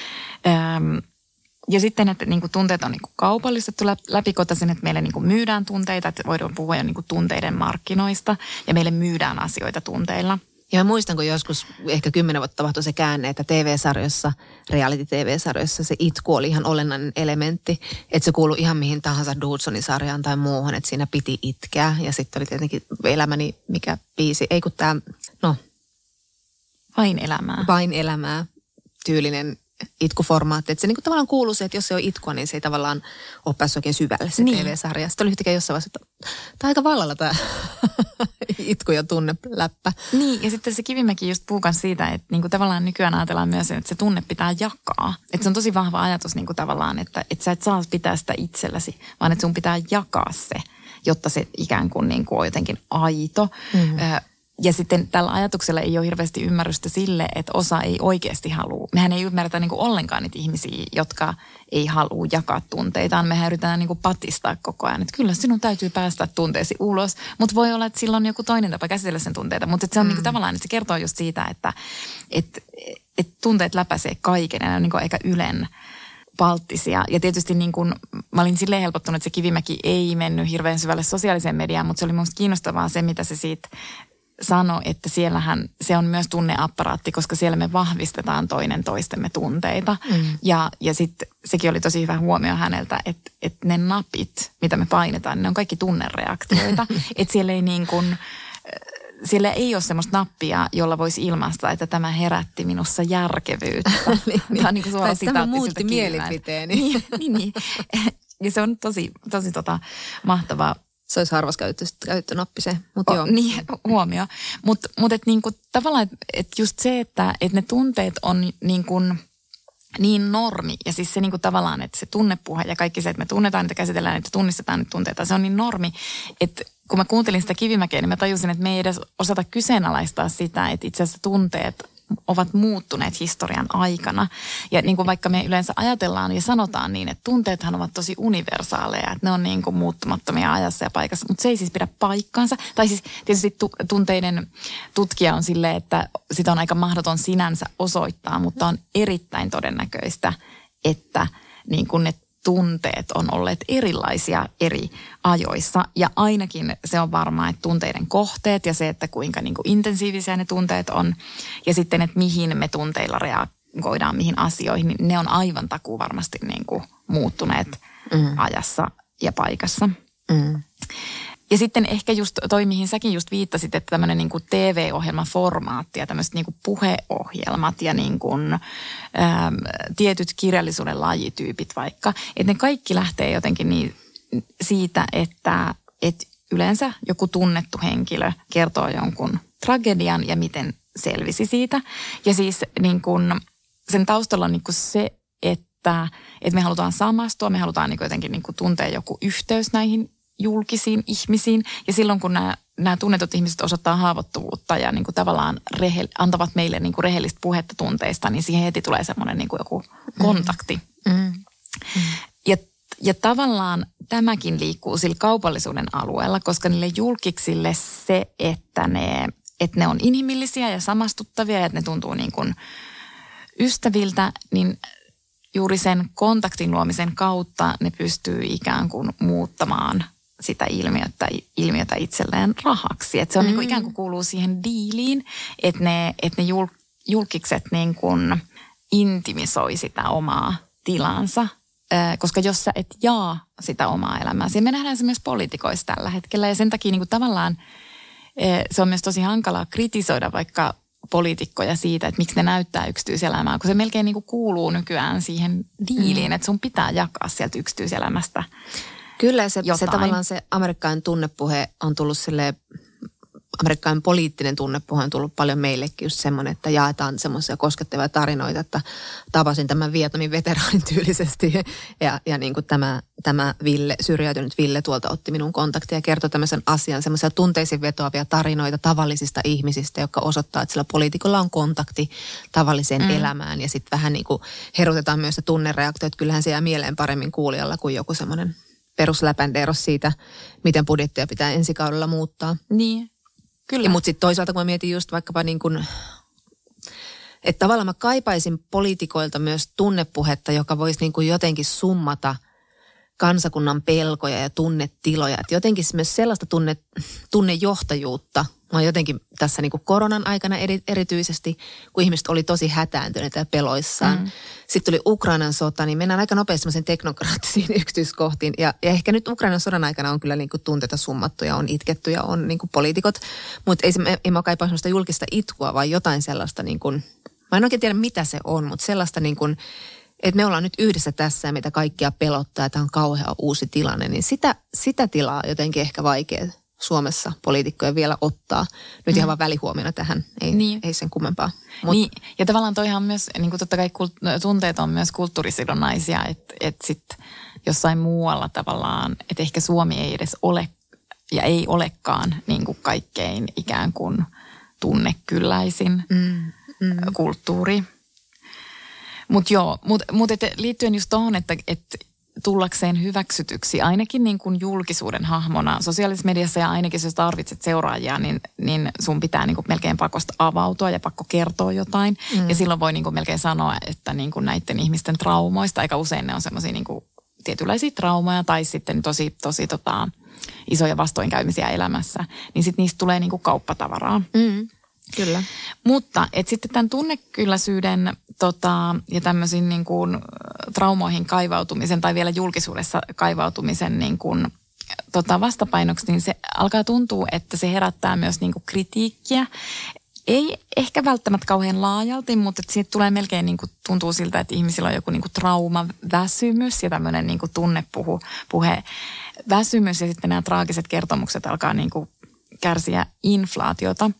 Ja sitten, että niin kuin tunteet on niin kuin kaupallistettu läpikotaisin, että meille niin kuin myydään tunteita, että voidaan puhua jo niin kuin tunteiden markkinoista ja meille myydään asioita tunteilla. Ja mä muistan, kun joskus ehkä kymmenen vuotta tapahtui se käänne, että T V-sarjoissa, reality-T V-sarjoissa se itku oli ihan olennainen elementti. Että se kuului ihan mihin tahansa Dudsonin sarjaan tai muuhun, että siinä piti itkeä. Ja sitten oli tietenkin Elämäni, mikä biisi, ei kun tämä, no. Vain elämää. Vain elämää, tyylinen itkuformaatti. Että se niinku tavallaan kuuluu se, että jos se on itkua, niin se ei tavallaan ole päässyt oikein syvälle se niin. T V-sarja. Sitten oli yhtäkkiä jossain vaiheessa, että tämä on aika vallalla tämä Itku ja tunneläppä. Niin, ja sitten se Kivimäki just puhuu siitä, että niinku tavallaan nykyään ajatellaan myös, että se tunne pitää jakaa. Että se on tosi vahva ajatus niinku tavallaan, että, että sä et saa pitää sitä itselläsi, vaan että sun pitää jakaa se, jotta se ikään kuin, niinku on jotenkin aito. Mm-hmm. Ja sitten tällä ajatuksella ei ole hirveästi ymmärrystä sille, että osa ei oikeasti halua. Mehän ei ymmärretä niin kuin ollenkaan niitä ihmisiä, jotka ei halua jakaa tunteitaan. Mehän yritetään niin kuin patistaa koko ajan, että kyllä sinun täytyy päästä tunteesi ulos. Mutta voi olla, että sillä on joku toinen tapa käsitellä sen tunteita. Mutta se on mm. niin kuin tavallaan, että se kertoo just siitä, että et, et tunteet läpäisee kaiken. Ja ne on niin kuin aika ylen palttisia. Ja tietysti niin kuin, mä olin silleen helpottunut, että se Kivimäki ei mennyt hirveän syvälle sosiaaliseen mediaan, mutta se oli minusta kiinnostavaa se, mitä se siitä sano, että siellähän se on myös tunneapparaatti, koska siellä me vahvistetaan toinen toistemme tunteita. Mm. Ja, ja sitten sekin oli tosi hyvä huomio häneltä, että, että ne napit, mitä me painetaan, ne on kaikki tunnereaktioita. Että siellä ei niin kuin, siellä ei ole semmoista nappia, jolla voisi ilmaista, että tämä herätti minussa järkevyyttä. niin, tämä on niin kuin suora sitaatti. Tämä muutti mielipiteeni. niin, niin, niin. Ja se on tosi, tosi tota, mahtavaa. Se olisi harvas käyttö, käyttönappi se, mutta joo. Niin, huomio. Mutta mut et niinku, tavallaan, että et just se, että et ne tunteet on niinku, niin normi. Ja siis se niinku, tavallaan, että se tunnepuhe ja kaikki se, että me tunnetaan niitä, käsitellään niitä, tunnistetaan niitä tunteita, se on niin normi, että kun mä kuuntelin sitä Kivimäkeä, niin mä tajusin, että me ei edes osata kyseenalaistaa sitä, että itse asiassa tunteet ovat muuttuneet historian aikana. Ja niin kuin vaikka me yleensä ajatellaan ja sanotaan niin, että tunteethan ovat tosi universaaleja, että ne on niin kuin muuttumattomia ajassa ja paikassa, mutta se ei siis pidä paikkaansa. Tai siis tietysti tunteiden tutkija on silleen, että sitä on aika mahdoton sinänsä osoittaa, mutta on erittäin todennäköistä, että niin kuin ne tunteet on olleet erilaisia eri ajoissa. Ja ainakin se on varmaa, että tunteiden kohteet ja se, että kuinka niin kuin intensiivisiä ne tunteet on ja sitten, että mihin me tunteilla reagoidaan, mihin asioihin, niin ne on aivan takuu varmasti niin kuin muuttuneet mm. ajassa ja paikassa. Mm. Ja sitten ehkä just toi, mihin säkin just viittasit, että tämmöinen niin kuin T V-ohjelmaformaatti ja tämmöiset niin kuin puheohjelmat ja niin kuin, äm, tietyt kirjallisuuden lajityypit vaikka, että ne kaikki lähtee jotenkin niin, siitä, että, että yleensä joku tunnettu henkilö kertoo jonkun tragedian ja miten selvisi siitä. Ja siis niin kuin, sen taustalla on niin kuin se, että, että me halutaan samastua, me halutaan niin kuin jotenkin niin kuin tuntea joku yhteys näihin julkisiin ihmisiin. Ja silloin, kun nämä, nämä tunnetut ihmiset osoittaa haavoittuvuutta ja niin kuin tavallaan rehe, antavat meille niin kuin rehellistä puhetta tunteista, niin siihen heti tulee semmoinen niin kuin joku kontakti. Mm. Mm. Ja, ja tavallaan tämäkin liikkuu sillä kaupallisuuden alueella, koska niille julkiksille se, että ne, että ne on inhimillisiä ja samastuttavia ja että ne tuntuu niin kuin ystäviltä, niin juuri sen kontaktin luomisen kautta ne pystyy ikään kuin muuttamaan sitä ilmiötä, ilmiötä itselleen rahaksi. Että se on mm. niin kuin ikään kuin kuuluu siihen diiliin, että ne, että ne jul, julkikset niin kuin intimisoi sitä omaa tilansa. Koska jos sä et jaa sitä omaa elämääsi, ja me nähdään se myös poliitikoissa tällä hetkellä, ja sen takia niin kuin tavallaan se on myös tosi hankalaa kritisoida vaikka poliitikkoja siitä, että miksi ne näyttää yksityiselämää, kun se melkein niin kuin kuuluu nykyään siihen diiliin, mm. että sun pitää jakaa sieltä yksityiselämästä. Kyllä se, se tavallaan se amerikkalainen tunnepuhe on tullut silleen, amerikkalainen poliittinen tunnepuhe on tullut paljon meillekin just semmoinen, että jaetaan semmoisia koskettavia tarinoita, että tapasin tämän Vietnamin veteraanin tyylisesti ja, ja niin kuin tämä, tämä Ville, syrjäytynyt Ville tuolta otti minun kontaktia ja kertoi tämmöisen asian, semmoisia tunteisiin vetoavia tarinoita tavallisista ihmisistä, jotka osoittaa, että sillä poliitikolla on kontakti tavalliseen mm. elämään ja sitten vähän niin kuin herutetaan myös se tunnereaktio, että kyllähän se jää mieleen paremmin kuulijalla kuin joku semmoinen perusläpänderos siitä, miten budjettia pitää ensi kaudella muuttaa. Niin. Kyllä. Mutta sitten toisaalta, kun mä mietin just vaikkapa niin kuin, että tavallaan mä kaipaisin poliitikoilta myös tunnepuhetta, joka voisi niin kuin jotenkin summata kansakunnan pelkoja ja tunnetiloja. Että jotenkin myös sellaista tunne, tunnejohtajuutta. Mä oon jotenkin tässä niin kuin koronan aikana eri, erityisesti, kun ihmiset oli tosi hätääntyneitä ja peloissaan. Mm. Sitten tuli Ukrainan sota, niin mennään aika nopeasti semmoisen teknokraattisiin yksityiskohtiin. Ja, ja ehkä nyt Ukrainan sodan aikana on kyllä niin kuin tunteita summattu ja on itketty ja on niin kuin poliitikot. Mutta ei, ei mä kaipaa semmoista julkista itkua, vaan jotain sellaista niin kuin, mä en oikein tiedä mitä se on, mutta sellaista niin kuin, että me ollaan nyt yhdessä tässä ja mitä kaikkia pelottaa, että on kauhea uusi tilanne. Niin sitä, sitä tilaa jotenkin ehkä vaikea Suomessa poliitikkoja vielä ottaa. Nyt mm. ihan vaan välihuomiona tähän, ei, niin. ei sen kummempaa. Mut. Niin, ja tavallaan toihan on myös, niin kuin totta kai kult- tunteet on myös kulttuurisidonnaisia, että et sitten jossain muualla tavallaan, että ehkä Suomi ei edes ole ja ei olekaan niin kuin kaikkein ikään kuin tunnekylläisin mm. Mm. kulttuuri. Mutta joo, mutta mut liittyen just tuohon, että et tullakseen hyväksytyksi ainakin niin kuin julkisuuden hahmona sosiaalisessa mediassa ja ainakin jos tarvitset seuraajia, niin, niin sun pitää niin kuin melkein pakosta avautua ja pakko kertoa jotain. Mm. Ja silloin voi niin kuin melkein sanoa, että niin kuin näiden ihmisten traumoista, aika usein ne on semmoisia niin kuin tietynlaisia traumoja tai sitten tosi, tosi tota, isoja vastoinkäymisiä elämässä, niin sitten niistä tulee niin kuin kauppatavaraa. Mm. Kyllä. Mutta et sitten tämän tunnekylläisyyden tota, ja tämmöisiin niin kuin traumoihin kaivautumisen tai vielä julkisuudessa kaivautumisen niin kuin, tota, vastapainoksi, niin se alkaa tuntua, että se herättää myös niin kuin kritiikkiä. Ei ehkä välttämättä kauhean laajalti, mutta siitä tulee melkein niin kuin, tuntuu siltä, että ihmisillä on joku niin kuin traumaväsymys ja tämmöinen niin kuin tunnepuhe, puhe, väsymys ja sitten nämä traagiset kertomukset alkaa niin kuin kärsiä inflaatiota.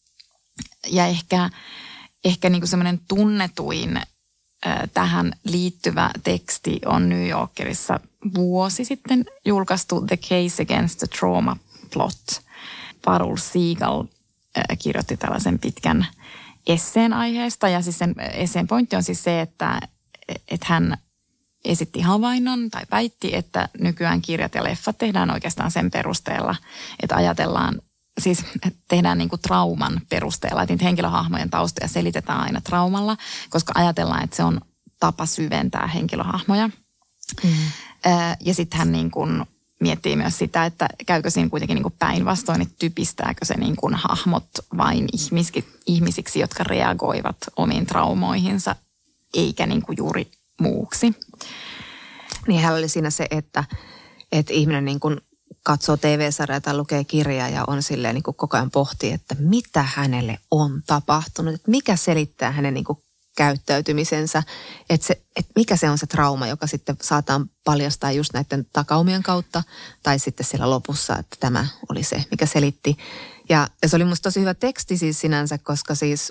Ja ehkä, ehkä niin kuin semmoinen tunnetuin äh, tähän liittyvä teksti on New Yorkerissa vuosi sitten julkaistu The Case Against the Trauma Plot. Parul Siegel äh, kirjoitti tällaisen pitkän esseen aiheesta ja siis sen esseen pointti on siis se, että, että hän esitti havainnon tai väitti, että nykyään kirjat ja leffat tehdään oikeastaan sen perusteella, että ajatellaan siis tehdään niin kuin trauman perusteella, että niitä henkilöhahmojen taustoja selitetään aina traumalla, koska ajatellaan, että se on tapa syventää henkilöhahmoja. Mm. Ja sitten hän niin kuin miettii myös sitä, että käykö siinä kuitenkin niin kuin päinvastoin, että typistääkö se niin kuin hahmot vain ihmisiksi, jotka reagoivat omiin traumoihinsa, eikä niin kuin juuri muuksi. Niin hän oli siinä se, että, että ihminen niin kuin katsoo T V-sarjaa tai lukee kirjaa ja on silleen niin kuin koko ajan pohtii, että mitä hänelle on tapahtunut, että mikä selittää hänen niin kuin käyttäytymisensä, että, se, että mikä se on se trauma, joka sitten saataan paljastaa just näiden takaumien kautta tai sitten siellä lopussa, että tämä oli se, mikä selitti. Ja, ja se oli musta tosi hyvä teksti siis sinänsä, koska siis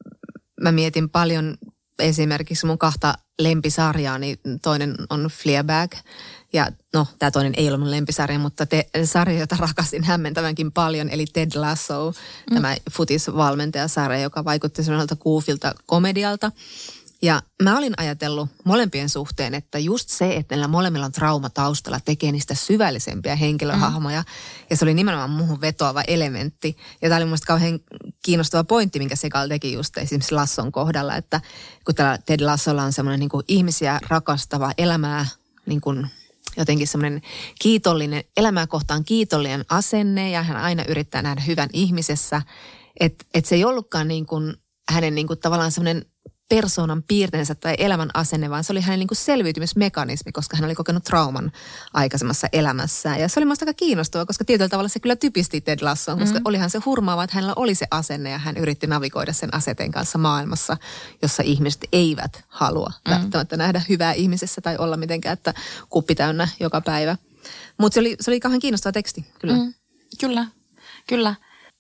mä mietin paljon esimerkiksi mun kahta lempisarjaa, niin toinen on Fleabag. Ja no, tämä toinen ei ole mun lempisarja, mutta te, sarja, jota rakastin hämmentävänkin paljon, eli Ted Lasso, mm. tämä futisvalmentajasarja, joka vaikutti sellaiselta goofilta komedialta. Ja mä olin ajatellut molempien suhteen, että just se, että näillä molemmilla on trauma taustalla, tekee niistä syvällisempiä henkilöhahmoja. Mm. Ja se oli nimenomaan muuhun vetoava elementti. Ja tämä oli mun mielestä kauhean kiinnostava pointti, minkä Segal teki just esimerkiksi Lasson kohdalla, että kun tällä Ted Lassolla on semmoinen niin kuin ihmisiä rakastava elämää, niin kuin jotenkin semmoinen kiitollinen, elämää kohtaan kiitollinen asenne ja hän aina yrittää nähdä hyvän ihmisessä. Että et se ei ollutkaan niin kuin hänen niin kuin tavallaan semmoinen persoonan piirteensä tai elämän asenne, vaan se oli hänen niin kuin selviytymismekanismi, koska hän oli kokenut trauman aikaisemmassa elämässään. Ja se oli minusta aika kiinnostavaa, koska tietyllä tavalla se kyllä typisti Ted Lassoon, koska mm. olihan se hurmaava, että hänellä oli se asenne ja hän yritti navigoida sen aseteen kanssa maailmassa, jossa ihmiset eivät halua mm. välttämättä nähdä hyvää ihmisessä tai olla mitenkään, että kuppi täynnä joka päivä. Mutta se oli, se oli kauhean kiinnostava teksti, kyllä. Mm. Kyllä, kyllä.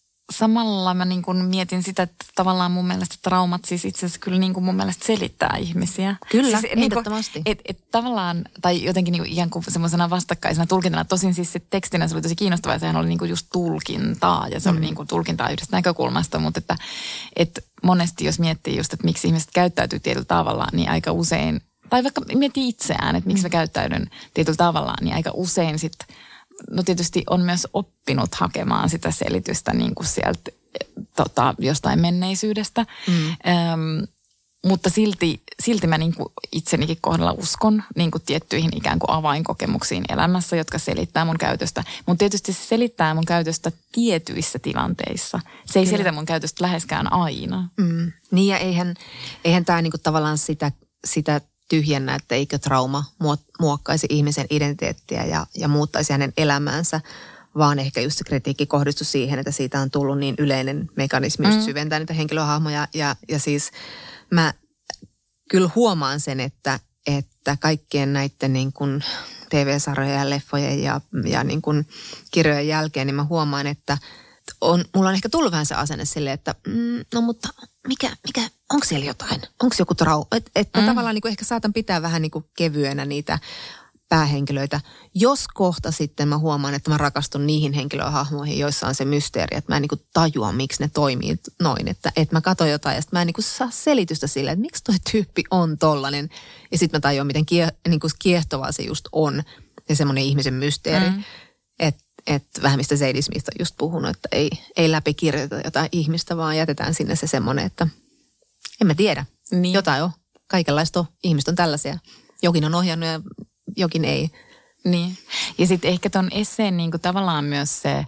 Samalla mä niin kuin mietin sitä, että tavallaan mun mielestä traumat siis itse asiassa kyllä niin kuin mun mielestä selittää ihmisiä. Kyllä, siis, ehdottomasti. Niin että et tavallaan, tai jotenkin niin kuin ikään kuin semmoisena vastakkaisena tulkintana. Tosin siis se tekstinä se oli tosi kiinnostavaa ja sehän oli niin kuin just tulkintaa ja se mm. oli niin kuin tulkintaa yhdestä näkökulmasta. Mutta että, että monesti jos miettii just, että miksi ihmiset käyttäytyy tietyllä tavalla, niin aika usein, tai vaikka miettii itseään, että miksi mä käyttäydyn tietyllä tavalla, niin aika usein sitten no tietysti on myös oppinut hakemaan sitä selitystä niin kuin sieltä tota, jostain menneisyydestä, mm. Öm, mutta silti, silti mä niin kuin itsenikin kohdalla uskon niin kuin tiettyihin ikään kuin avainkokemuksiin elämässä, jotka selittää mun käytöstä. Mutta tietysti se selittää mun käytöstä tietyissä tilanteissa. Se ei Kyllä. selitä mun käytöstä läheskään aina. Mm. Niin ja eihän, eihän tämä niin kuin tavallaan sitä, sitä tyhjennä, että eikö trauma muokkaisi ihmisen identiteettiä ja, ja muuttaisi hänen elämäänsä, vaan ehkä just se kritiikki kohdistui siihen, että siitä on tullut niin yleinen mekanismi just mm. syventää niitä henkilöhahmoja. Ja, ja siis mä kyllä huomaan sen, että, että kaikkien näiden niin kuin T V-sarjojen ja leffojen ja, ja niin kuin kirjojen jälkeen, niin mä huomaan, että on, mulla on ehkä tullut vähän se asenne silleen, että mm, no mutta mikä, mikä, onko siellä jotain? Onko joku trau? Että et mä mm. tavallaan niin kuin ehkä saatan pitää vähän niin kuin kevyenä niitä päähenkilöitä, jos kohta sitten mä huomaan, että mä rakastun niihin henkilöhahmoihin, joissa on se mysteeri, että mä en niin kuin tajua, miksi ne toimii noin, että, että mä katson jotain ja sitten mä en niin kuin saa selitystä sille, että miksi toi tyyppi on tollainen ja sitten mä tajuan, miten kie, niin kuin kiehtovaa se just on ja semmoinen ihmisen mysteeri, mm. että et vähän mistä Zadie Smith on just puhunut, että ei, ei läpikirjoiteta jotain ihmistä, vaan jätetään sinne se semmoinen, että en mä tiedä, niin. Jotain on, kaikenlaista on, ihmiset on tällaisia, jokin on ohjannut ja jokin ei. Niin. Ja sitten ehkä ton esseen niin kuin tavallaan myös se,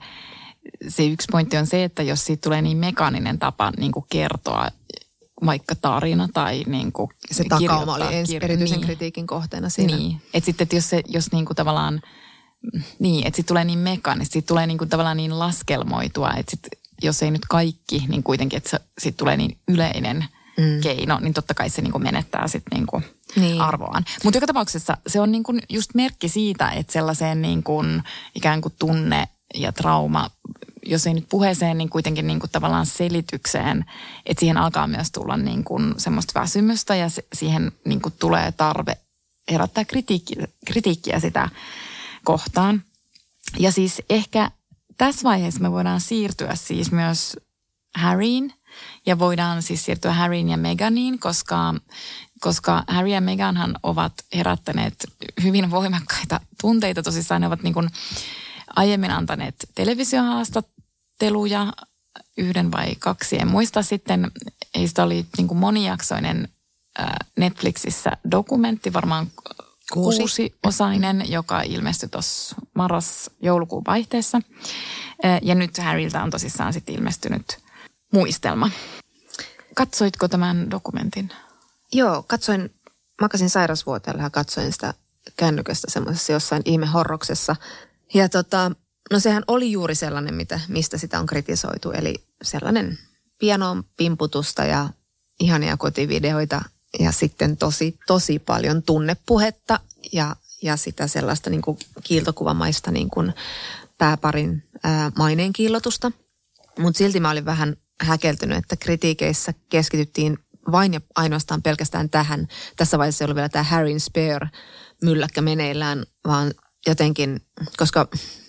se yksi pointti on se, että jos siitä tulee niin mekaaninen tapa niin kuin kertoa vaikka tarina tai niin kuin se takauma oli kir- erityisen niin. kritiikin kohteena siinä. Niin. Että sitten, että jos se, jos niin kuin tavallaan, niin, että sitten tulee niin mekaanista, sitten tulee niin kuin tavallaan niin laskelmoitua, että sitten jos ei nyt kaikki, niin kuitenkin, että sitten tulee niin yleinen mm. keino, niin totta kai se niin kuin menettää sitten niin kuin niin. arvoaan. Mutta joka tapauksessa se on niin kuin just merkki siitä, että sellaiseen niin kuin ikään kuin tunne ja trauma, jos ei nyt puheeseen, niin kuitenkin niin kuin tavallaan selitykseen, että siihen alkaa myös tulla niin kuin semmoista väsymystä ja se, siihen niin kuin tulee tarve herättää kritiikkiä, kritiikkiä sitä kohtaan. Ja siis ehkä tässä vaiheessa me voidaan siirtyä siis myös Harryin ja voidaan siis siirtyä Harryin ja Meganiin, koska koska Harry ja Meghanhan ovat herättäneet hyvin voimakkaita tunteita. Tosissaan ne ovat niin kuin aiemmin antaneet televisiohaastatteluja, yhden vai kaksi, en muista sitten. Heistä oli niin kuin monijaksoinen Netflixissä dokumentti, varmaan kuusi. kuusiosainen, joka ilmestyi tuossa marras-joulukuun vaihteessa. Ja nyt Harryltä on tosissaan sitten ilmestynyt muistelma. Katsoitko tämän dokumentin? Joo, katsoin, makasin sairausvuoteella ja katsoin sitä kännykästä semmoisessa jossain ihmehorroksessa. Ja tota, no sehän oli juuri sellainen, mitä, mistä sitä on kritisoitu. Eli sellainen pianoon pimputusta ja ihania kotivideoita ja sitten tosi, tosi paljon tunnepuhetta ja, ja sitä sellaista niin kuin kiiltokuvamaista niin kuin pääparin ää, maineen kiillotusta. Mutta silti mä olin vähän häkeltynyt, että kritiikeissä keskityttiin vain ja ainoastaan pelkästään tähän. Tässä vaiheessa ei ollut vielä tämä Harryn Spare-mylläkkä meneillään, vaan jotenkin, koska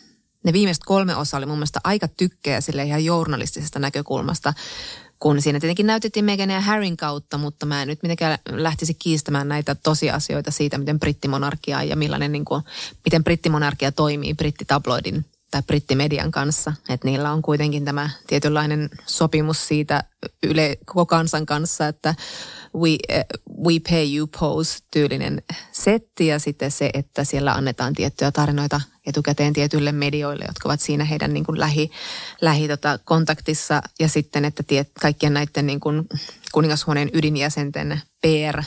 ne viimeiset kolme osaa oli mun mielestä aika tykkejä sille ihan journalistisesta näkökulmasta, kun siinä tietenkin näytettiin Meghan ja Harryn kautta, mutta mä en nyt mitenkään lähtisi kiistämään näitä tosiasioita siitä, miten brittimonarkia ja millainen, niin kuin, miten brittimonarkia toimii brittitabloidin tai brittimedian kanssa, että niillä on kuitenkin tämä tietynlainen sopimus siitä yle, koko kansan kanssa, että we, uh, we pay you pose-tyylinen setti ja sitten se, että siellä annetaan tiettyjä tarinoita etukäteen tietyille medioille, jotka ovat siinä heidän niin kuin lähi, lähi tota, kontaktissa ja sitten, että tiet, kaikkien näiden niin kuin kuningashuoneen ydinjäsenten P R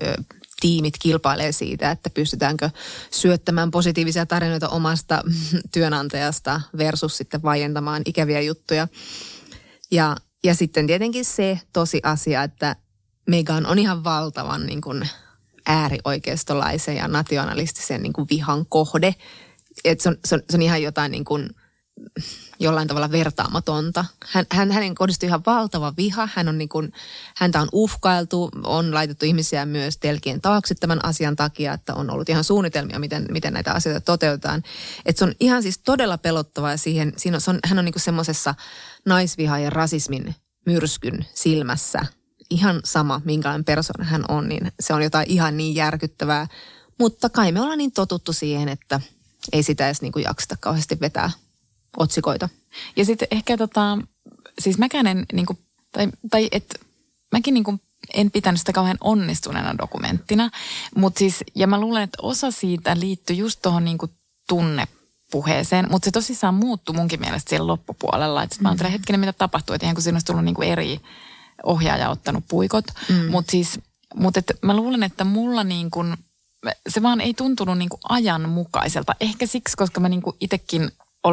tiimit kilpailee siitä, että pystytäänkö syöttämään positiivisia tarinoita omasta työnantajasta versus sitten vaientamaan ikäviä juttuja. Ja, ja sitten tietenkin se tosiasia, että Meghan on ihan valtavan niin kuin äärioikeistolaisen ja nationalistisen niin kuin vihan kohde. Että se on, se on, se on ihan jotain niin kuin jollain tavalla vertaamatonta. Hän, hän, hänen kohdistui ihan valtava viha. Hän on niin kuin, häntä on uhkailtu, on laitettu ihmisiä myös telkien taakse tämän asian takia, että on ollut ihan suunnitelmia, miten, miten näitä asioita toteutetaan. Että se on ihan siis todella pelottavaa ja siihen, siinä on, se on, hän on niin kuin semmoisessa naisviha ja rasismin myrskyn silmässä. Ihan sama, minkälainen persoona hän on, niin se on jotain ihan niin järkyttävää. Mutta kai me ollaan niin totuttu siihen, että ei sitä edes niin kuin jakseta kauheasti vetää otsikoita. Ja sitten ehkä tota, siis mäkään en niinku, tai, tai et, mäkin niinku en pitänyt sitä kauhean onnistuneena dokumenttina, mutta siis, ja mä luulen, että osa siitä liittyy just tuohon niinku tunnepuheeseen, mutta se tosissaan muuttui munkin mielestä siellä loppupuolella, että sit mä ajattelin hetkinen, mitä tapahtuu, että ihan kun siinä olisi tullut niinku eri ohjaaja ottanut puikot, mm. mutta siis, mutta et mä luulen, että mulla niinku, se vaan ei tuntunut niinku ajanmukaiselta, ehkä siksi, koska mä niinku itekin olen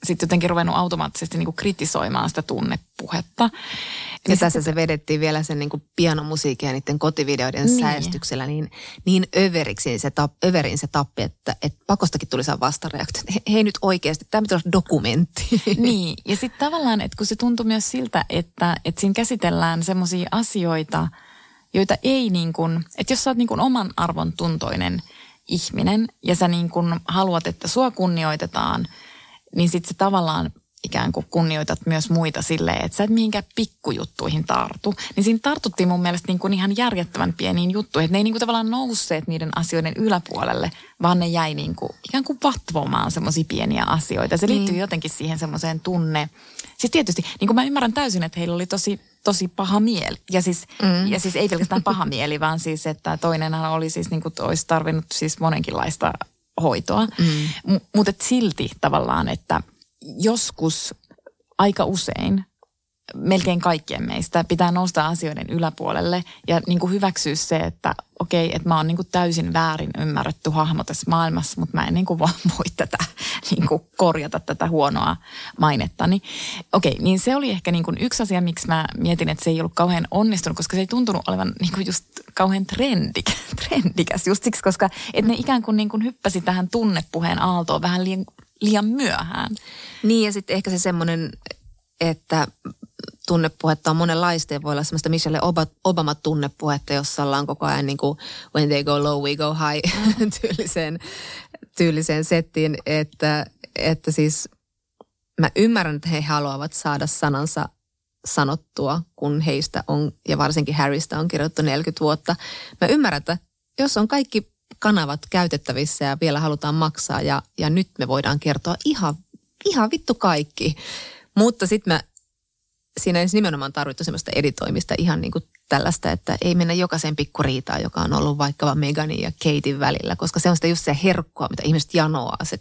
sitten jotenkin ruvennut automaattisesti niin kuin kritisoimaan sitä tunnepuhetta. Ja niin tässä sitten, se vedettiin vielä sen niin kuin pianomusiikin ja niiden kotivideoiden niin. säestyksellä niin, niin överiksi se, tap, överiin se tappi, että, että pakostakin tuli saa vastareaktio. He, hei nyt oikeasti, tämä pitää olla dokumentti. Niin, ja sitten tavallaan, että kun se tuntui myös siltä, että, että siinä käsitellään semmoisia asioita, joita ei niin kuin, että jos sä oot niin kuin oman arvon tuntoinen ihminen ja sä niin kuin haluat, että sua kunnioitetaan, niin sitten se tavallaan ikään kuin kunnioitat myös muita silleen, että sä et mihinkään pikkujuttuihin tartu. Niin siinä tartuttiin mun mielestä niin kuin ihan järjettävän pieniin juttuihin, että ne ei niin kuin tavallaan nousseet niiden asioiden yläpuolelle, vaan ne jäi niin kuin ikään kuin vatvomaan semmoisia pieniä asioita. Se liittyy mm. jotenkin siihen semmoiseen tunne. Siis tietysti, niin kuin mä ymmärrän täysin, että heillä oli tosi, tosi paha mieli. Ja siis, mm. ja siis ei pelkästään paha mieli, vaan siis, että toinenhan oli siis niin kuin, olisi tarvinnut siis monenkinlaista hoitoa. Mm. M- mutta silti tavallaan, että joskus aika usein melkein kaikkien meistä pitää nousta asioiden yläpuolelle ja niin kuin hyväksyä se, että okei, että mä oon niin kuin täysin väärin ymmärretty hahmo tässä maailmassa, mutta mä en niin kuin vaan voi tätä, niin kuin korjata tätä huonoa mainettani. Okei, niin se oli ehkä niin kuin yksi asia, miksi mä mietin, että se ei ollut kauhean onnistunut, koska se ei tuntunut olevan niin kuin just kauhean trendikäs, trendikäs just siksi, koska että ne ikään kuin, niin kuin hyppäsi tähän tunnepuheen aaltoon vähän liian, liian myöhään. Niin ja sitten ehkä se semmoinen, että tunnepuhetta on monenlaista ja voi olla semmoista Michelle Obama-tunnepuhetta, jossa ollaan koko ajan niin kuin when they go low, we go high tyyliseen, tyyliseen settiin, että, että siis mä ymmärrän, että he haluavat saada sanansa sanottua, kun heistä on, ja varsinkin Harrystä on kirjoittu neljäkymmentä vuotta. Mä ymmärrän, että jos on kaikki kanavat käytettävissä ja vielä halutaan maksaa ja, ja nyt me voidaan kertoa ihan, ihan vittu kaikki. Mutta sitten mä, siinä ei nimenomaan tarvittu semmoista editoimista ihan niin kuin tällaista, että ei mennä jokaiseen pikkuriitaan, joka on ollut vaikka Meganin ja Katein välillä, koska se on sitä just se herkkua, mitä ihmiset janoaa, se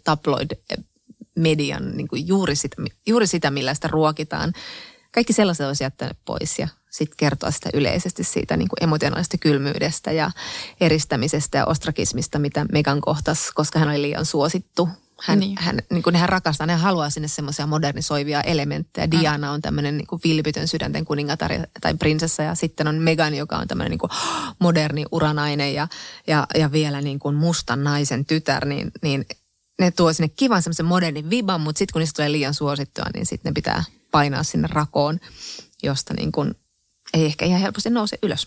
tabloid-median niin kuin juuri, sitä, juuri sitä, millä sitä ruokitaan. Kaikki sellaiset olisi jättänyt pois ja sitten kertoa sitä yleisesti siitä niin kuin emotionaalisesta kylmyydestä ja eristämisestä ja ostrakismista, mitä Megan kohtasi, koska hän oli liian suosittu. Hän, niin. hän, niin kuin hän rakastaa, hän haluaa sinne semmoisia modernisoivia elementtejä. Mm. Diana on tämmöinen niin kuin vilpitön sydänten kuningatar tai prinsessa ja sitten on Megan, joka on tämmöinen niin kuin moderni uranainen ja, ja, ja vielä niin kuin mustan naisen tytär, niin, niin ne tuo sinne kivan semmoisen modernin viban, mutta sitten kun niistä tulee liian suosittua, niin sitten ne pitää painaa sinne rakoon, josta niin kuin ei ehkä ihan helposti nouse ylös.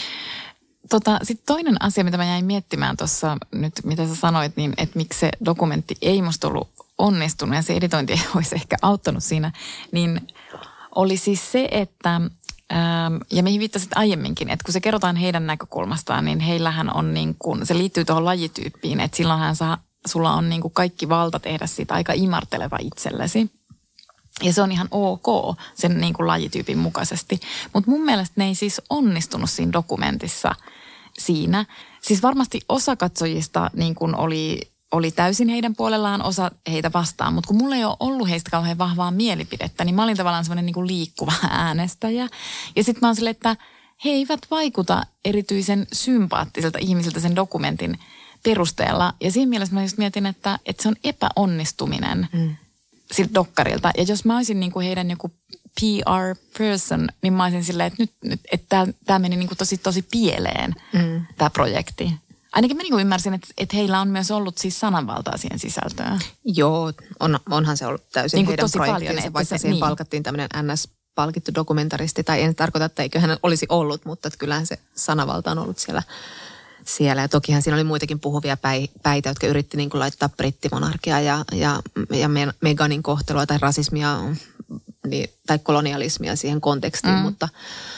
Tota, sitten toinen asia, mitä mä jäin miettimään tuossa nyt, mitä sä sanoit, niin että miksi se dokumentti ei musta ollut onnistunut ja se editointi ei olisi ehkä auttanut siinä, niin oli siis se, että, ää, ja mihin viittasit aiemminkin, että kun se kerrotaan heidän näkökulmastaan, niin heillähän on niin kuin, se liittyy tuohon lajityyppiin, että silloinhan saa, sulla on niin kuin kaikki valta tehdä siitä aika imarteleva itsellesi. Ja se on ihan ok sen niin kuin lajityypin mukaisesti. Mutta mun mielestä ne ei siis onnistunut siinä dokumentissa siinä. Siis varmasti osa katsojista niin kuin oli, oli täysin heidän puolellaan, osa heitä vastaan. Mutta kun mulla ei ole ollut heistä kauhean vahvaa mielipidettä, niin mä olin tavallaan semmoinen niin kuin liikkuva äänestäjä. Ja sitten mä oon silleen, että he eivät vaikuta erityisen sympaattiselta ihmisiltä sen dokumentin perusteella. Ja siinä mielessä mä just mietin, että, että se on epäonnistuminen. Mm. Siltä dokkarilta. Ja jos mä olisin niin kuin heidän joku P R-person, niin mä olisin silleen, että nyt, nyt että tämä meni niin kuin tosi, tosi pieleen, mm. tämä projekti. Ainakin mä niin kuin ymmärsin, että, että heillä on myös ollut siis sananvaltaa siihen sisältöön. Joo, on, onhan se ollut täysin niin heidän projektinsa, vaikka se, siihen niin. palkattiin tämmöinen N S-palkittu dokumentaristi, tai en tarkoita, että eikö hän olisi ollut, mutta että kyllähän se sananvalta on ollut siellä. Siellä. Ja tokihan siinä oli muitakin puhuvia päitä, jotka yritti niin kuin laittaa brittimonarkiaa ja, ja, ja Meganin kohtelua tai rasismia niin, tai kolonialismia siihen kontekstiin, mm. mutta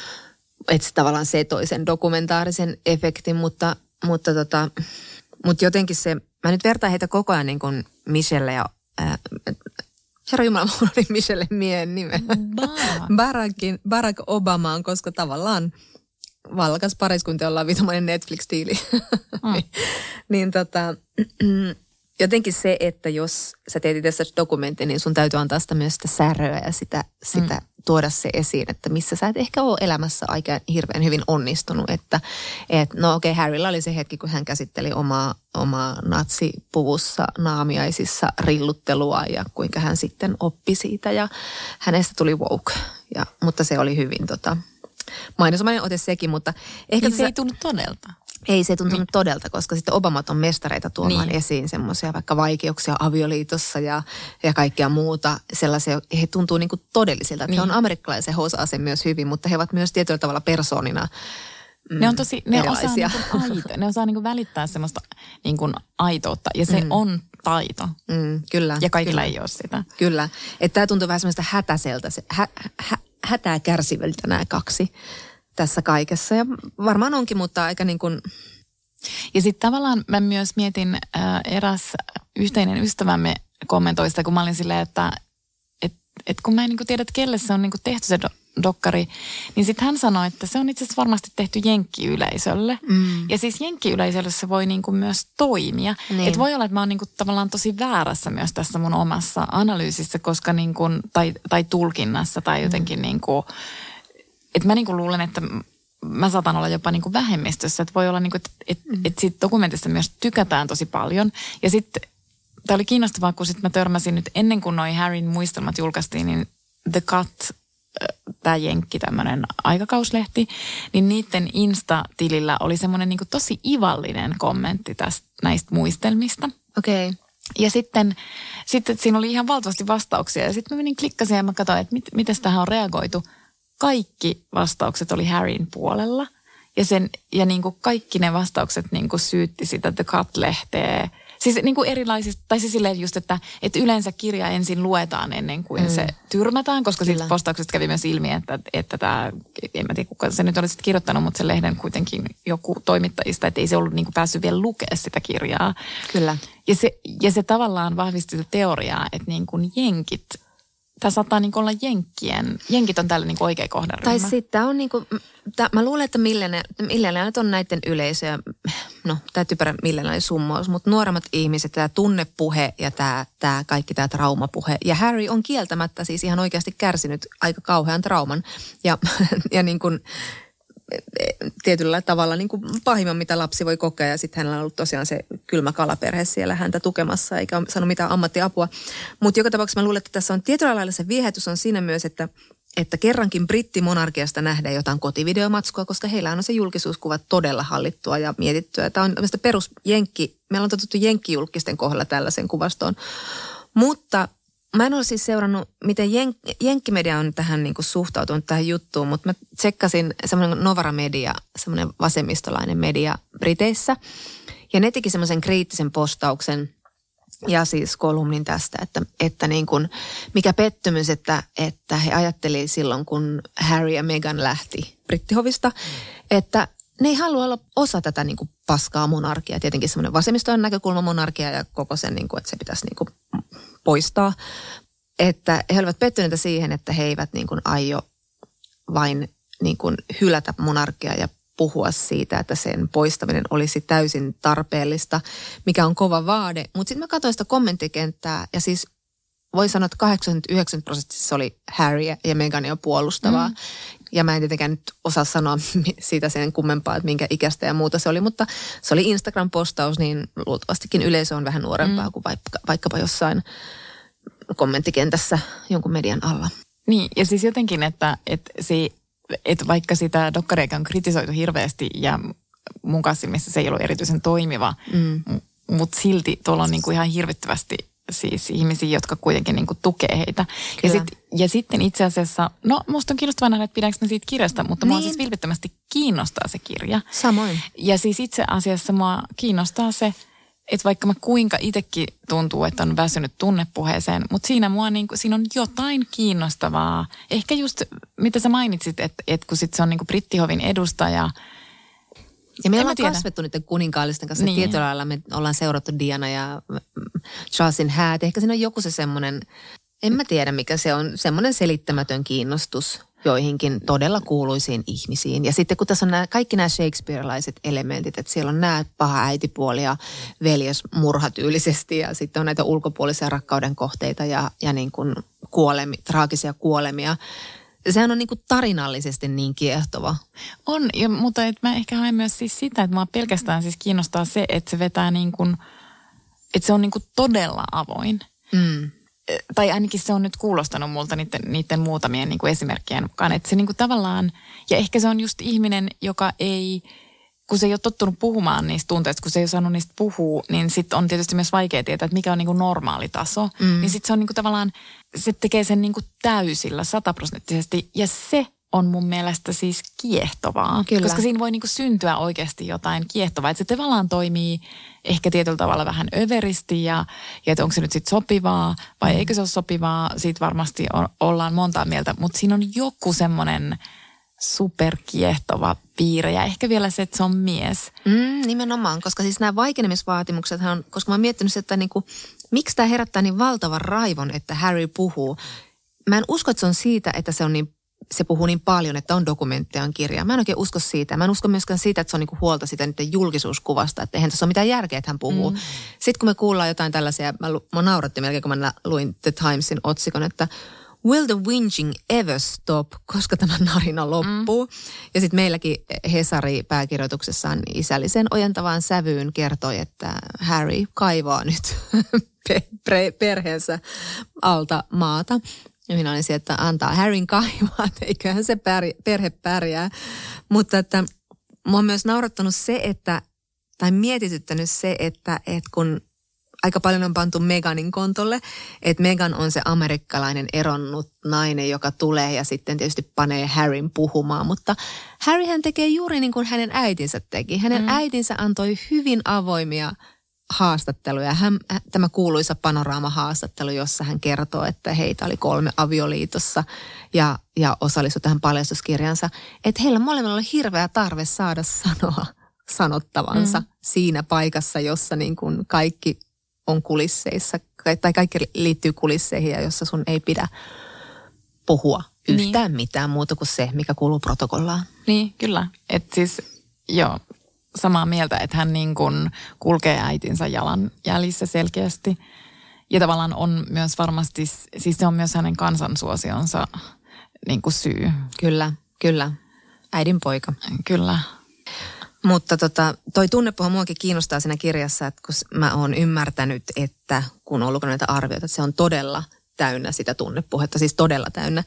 että tavallaan se toi sen dokumentaarisen efektin, mutta, mutta, tota, mutta jotenkin se, mä nyt vertaan heitä koko ajan niin kuin Michelle ja ää, herra Jumala, mulla oli Michelle miehen nimen. Barackin, Barack Obamaan, koska tavallaan valkas pariskunta, ollaan vitomainen Netflix-tiili. Mm. niin tota, jotenkin se, että jos sä teet itse dokumentin, niin sun täytyy antaa sitä myös sitä säröä ja sitä, sitä mm. tuoda se esiin, että missä sä et ehkä ole elämässä aika hirveän hyvin onnistunut. Että et, no okei, okay, Harrylla oli se hetki, kun hän käsitteli omaa, omaa natsipuvussa naamiaisissa rilluttelua ja kuinka hän sitten oppi siitä ja hänestä tuli woke. Ja, mutta se oli hyvin tota, mainosomainen ote sekin, mutta ehkä niin tässä, se ei tunnu todelta. Ei se tuntunut niin. todelta, koska sitten Obamat on mestareita tuomaan niin. esiin semmoisia vaikka vaikeuksia avioliitossa ja, ja kaikkea muuta. Sellaisia, he tuntuu niin kuin todellisilta. Niin. He on amerikkalaisia, he osaa sen myös hyvin, mutta he ovat myös tietyllä tavalla persoonina mm, Ne on tosi, ne erilaisia. osaa, niin aito, ne osaa niin kuin välittää semmoista niin kuin aitoutta ja se mm. on taito. Mm, kyllä. Ja kaikilla kyllä. ei ole sitä. Kyllä. Että tämä tuntuu vähän semmoista hätäseltä, se, hä, hä, hätää kärsivältä nämä kaksi tässä kaikessa. Ja varmaan onkin, mutta aika niin kuin... Ja sitten tavallaan mä myös mietin, äh, eräs yhteinen ystävämme kommentoi sitä, kun mä olin silleen, että et, et kun mä en niin kuin tiedä, että kelle se on niin kuin tehty se do, dokkari, niin sitten hän sanoi, että se on itse asiassa varmasti tehty jenkkiyleisölle. Mm. Ja siis jenkkiyleisölle se voi niin kuin myös toimia. Niin. Että voi olla, että mä oon niin kuin tavallaan tosi väärässä myös tässä mun omassa analyysissä, koska niin kuin, tai, tai tulkinnassa tai jotenkin mm. niin kuin, että mä niin kuin luulen, että mä saatan olla jopa niin kuin vähemmistössä, että voi olla niin kuin, että, että, mm. että siitä dokumentista myös tykätään tosi paljon. Ja sitten tämä oli kiinnostavaa, kun sitten mä törmäsin nyt ennen kuin noi Harryn muistelmat julkaistiin, niin The Cut, tämä jenkki, tämmöinen aikakauslehti, niin niiden Insta-tilillä oli semmoinen niin kuin tosi ivallinen kommentti tästä näistä muistelmista. Okei. Okay. Ja sitten, sitten siinä oli ihan valtavasti vastauksia ja sitten mä menin klikkasin ja mä katsoin, että mit, miten tähän on reagoitu. Kaikki vastaukset oli Harryn puolella ja, sen, ja niin kuin kaikki ne vastaukset niin kuin syytti sitä The Cut-lehteä. Siis niin kuin erilaisista, tai se silleen just, että, että yleensä kirja ensin luetaan ennen kuin mm. se tyrmätään, koska siitä postauksesta kävi myös ilmi, että, että tämä, en mä tiedä kuka se nyt olisi kirjoittanut, mutta se lehden kuitenkin joku toimittajista, että ei se ollut niin kuin päässyt vielä lukea sitä kirjaa. Kyllä. Ja se, ja se tavallaan vahvisti sitä teoriaa, että niin kuin jenkit, tämä saattaa niin kuin olla jenkkien, jenkit on tällä niin kuin oikea kohderyhmä. Tai sitten on niin kuin, tää, mä luulen, että millenniaalit on näiden yleisöjä, no tämä typerä millenniaalin summaus, mutta nuoremmat ihmiset, tämä tunnepuhe ja tämä, tämä kaikki tämä traumapuhe. Ja Harry on kieltämättä siis ihan oikeasti kärsinyt aika kauhean trauman ja, ja niin kuin tietyllä tavalla niin kuin pahimman, mitä lapsi voi kokea. Ja sitten hänellä on ollut tosiaan se kylmä kalaperhe siellä häntä tukemassa, eikä ole saanut mitään ammattiapua. Mutta joka tapauksessa mä luulen, että tässä on tietyllä lailla se viehätys on siinä myös, että, että kerrankin brittimonarkiasta nähdään jotain kotivideomatskua, koska heillä on se julkisuuskuva todella hallittua ja mietittyä. Tämä on tämmöistä perusjenkki, meillä on totuttu jenkkijulkisten kohdalla tällaisen kuvastoon. Mutta mä en ole siis seurannut, miten jenk- jenkkimedia on tähän niin kuin suhtautunut tähän juttuun, mutta mä tsekkasin semmoinen Novara Media, semmoinen vasemmistolainen media Briteissä. Ja ne teki semmoisen kriittisen postauksen ja siis kolumnin tästä, että, että niin kuin, mikä pettymys, että, että he ajatteli silloin, kun Harry ja Meghan lähti brittihovista, että ne ei halua olla osa tätä niin kuin paskaa monarkiaa. Tietenkin semmoinen vasemmiston näkökulma monarkia ja koko sen, niin kuin, että se pitäisi niin kuin poistaa. Että he olivat pettyneitä siihen, että he eivät niin kuin aio vain niin kuin hylätä monarkiaa ja puhua siitä, että sen poistaminen olisi täysin tarpeellista, mikä on kova vaade. Mutta sitten mä katsoin sitä kommenttikenttää ja siis voi sanoa, että kahdeksankymmentäyhdeksän prosenttia oli Harryä ja Meghania puolustavaa. Mm. Ja mä en tietenkään nyt osaa sanoa siitä sen kummempaa, että minkä ikäistä ja muuta se oli, mutta se oli Instagram-postaus, niin luultavastikin yleisö on vähän nuorempaa mm. kuin vaikka, vaikkapa jossain kommenttikentässä jonkun median alla. Niin, ja siis jotenkin, että, että, se, että vaikka sitä dokkaria on kritisoitu hirveästi ja mun kanssa se ei ollut erityisen toimiva, mm. mutta silti tuolla on niinku ihan hirvittävästi siis ihmisiä, jotka kuitenkin niin kuin tukee heitä. Ja, sit, ja sitten itse asiassa, no musta on kiinnostavaa nähdä, että pidänkö mä siitä kirjasta, mutta niin. Mua siis vilpittömästi kiinnostaa se kirja. Samoin. Ja siis itse asiassa mua kiinnostaa se, että vaikka mä kuinka itsekin tuntuu, että on väsynyt tunnepuheeseen, mutta siinä, mua niin kuin, siinä on jotain kiinnostavaa. Ehkä just, mitä sä mainitsit, että, että kun sit se on niin kuin brittihovin edustaja. Ja me ollaan kasvettu niiden kuninkaallisten kanssa. Niin. Tietyllä lailla me ollaan seurattu Diana ja Charlesin häät. Ehkä siinä on joku se semmoinen, en mä tiedä mikä se on, semmoinen selittämätön kiinnostus joihinkin todella kuuluisiin ihmisiin. Ja sitten kun tässä on nämä, kaikki nämä Shakespeare-laiset elementit, että siellä on nämä paha äitipuoli ja veljes murhatyylisesti ja sitten on näitä ulkopuolisia rakkauden kohteita ja, ja niin kuin kuolemi, traagisia kuolemia. Sehän on niin kuin tarinallisesti niin kiehtova. On, ja, mutta et mä ehkä haen myös siis sitä, että mä pelkästään siis kiinnostaa se, että se vetää niin kuin, että se on niin kuin todella avoin. Mm. Tai ainakin se on nyt kuulostanut multa niiden, niiden muutamien niin kuin esimerkkien mukaan. Että se niin kuin tavallaan, ja ehkä se on just ihminen, joka ei, kun se ei ole tottunut puhumaan niistä tunteista, kun se ei ole saanut niistä puhua, niin sitten on tietysti myös vaikea tietää, että mikä on niin kuin normaali taso. Mm. Niin sitten se on niin kuin tavallaan, se tekee sen niin kuin täysillä, sataprosenttisesti, ja se on mun mielestä siis kiehtovaa. Kyllä. Koska siinä voi niinku syntyä oikeasti jotain kiehtovaa. Että se tavallaan toimii ehkä tietyllä tavalla vähän överisti ja, ja että onko se nyt sitten sopivaa vai mm. eikö se ole sopivaa. Siitä varmasti on, ollaan montaa mieltä, mutta siinä on joku semmoinen superkiehtova piirre ja ehkä vielä se, että se on mies. Mm, nimenomaan, koska siis nämä vaikenemisvaatimukset on, koska mä oon miettinyt, että niinku, miksi tämä herättää niin valtavan raivon, että Harry puhuu. Mä en usko, että se on siitä, että se on niin se puhuu niin paljon, että on dokumentteja, on kirjaa. Mä en oikein usko siitä. Mä en usko myöskään siitä, että se on niinku huolta siitä niiden julkisuuskuvasta, että eihän tässä ole mitään järkeä, että hän puhuu. Mm. Sitten kun me kuullaan jotain tällaisia, mä, mä nauratti melkein, kun mä luin The Timesin otsikon, että will the whinging ever stop, koska tämä narina loppuu. Mm. Ja sitten meilläkin Hesari pääkirjoituksessaan isällisen ojentavaan sävyyn kertoi, että Harry kaivaa nyt perheensä alta maata. Ja minä olin sieltä, että antaa Harryn kaivaa, että eiköhän se pärjää, perhe pärjää. Mutta että mua on myös naurattanut se, että, tai mietityttänyt se, että, että kun aika paljon on pantu Meghanin kontolle, että Meghan on se amerikkalainen eronnut nainen, joka tulee ja sitten tietysti panee Harryn puhumaan. Mutta Harryhän tekee juuri niin kuin hänen äitinsä teki. Hänen mm. äitinsä antoi hyvin avoimia haastatteluja. Hän, tämä kuuluisa panoraama-haastattelu, jossa hän kertoo, että heitä oli kolme avioliitossa ja, ja osallistui tähän paljastuskirjansa. Että heillä molemmilla oli hirveä tarve saada sanoa sanottavansa mm. siinä paikassa, jossa niin kuin kaikki on kulisseissa tai kaikki liittyy kulisseihin ja jossa sun ei pidä puhua yhtään niin. mitään muuta kuin se, mikä kuuluu protokollaan. Niin, kyllä. Että siis, joo. Samaa mieltä, että hän niin kuin kulkee äitinsä jalan jäljissä selkeästi. Ja tavallaan on myös varmasti, siis se on myös hänen kansansuosionsa niin kuin syy. Kyllä, kyllä. Äidin poika. Kyllä. Mutta tota, toi tunnepuhe muakin kiinnostaa siinä kirjassa, että kun mä oon ymmärtänyt, että kun on lukenut näitä arvioita, että se on todella täynnä sitä tunnepuhetta, siis todella täynnä.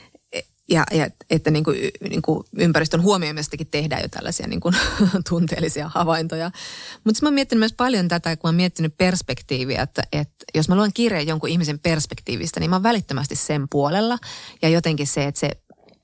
Ja, ja että niin kuin, niin kuin ympäristön huomioimistakin tehdään jo tällaisia niin kuin tunteellisia havaintoja. Mutta mä oon miettinyt myös paljon tätä, kun mä oon miettinyt perspektiiviä, että, että jos mä luen kirjan jonkun ihmisen perspektiivistä, niin mä oon välittömästi sen puolella. Ja jotenkin se, että se,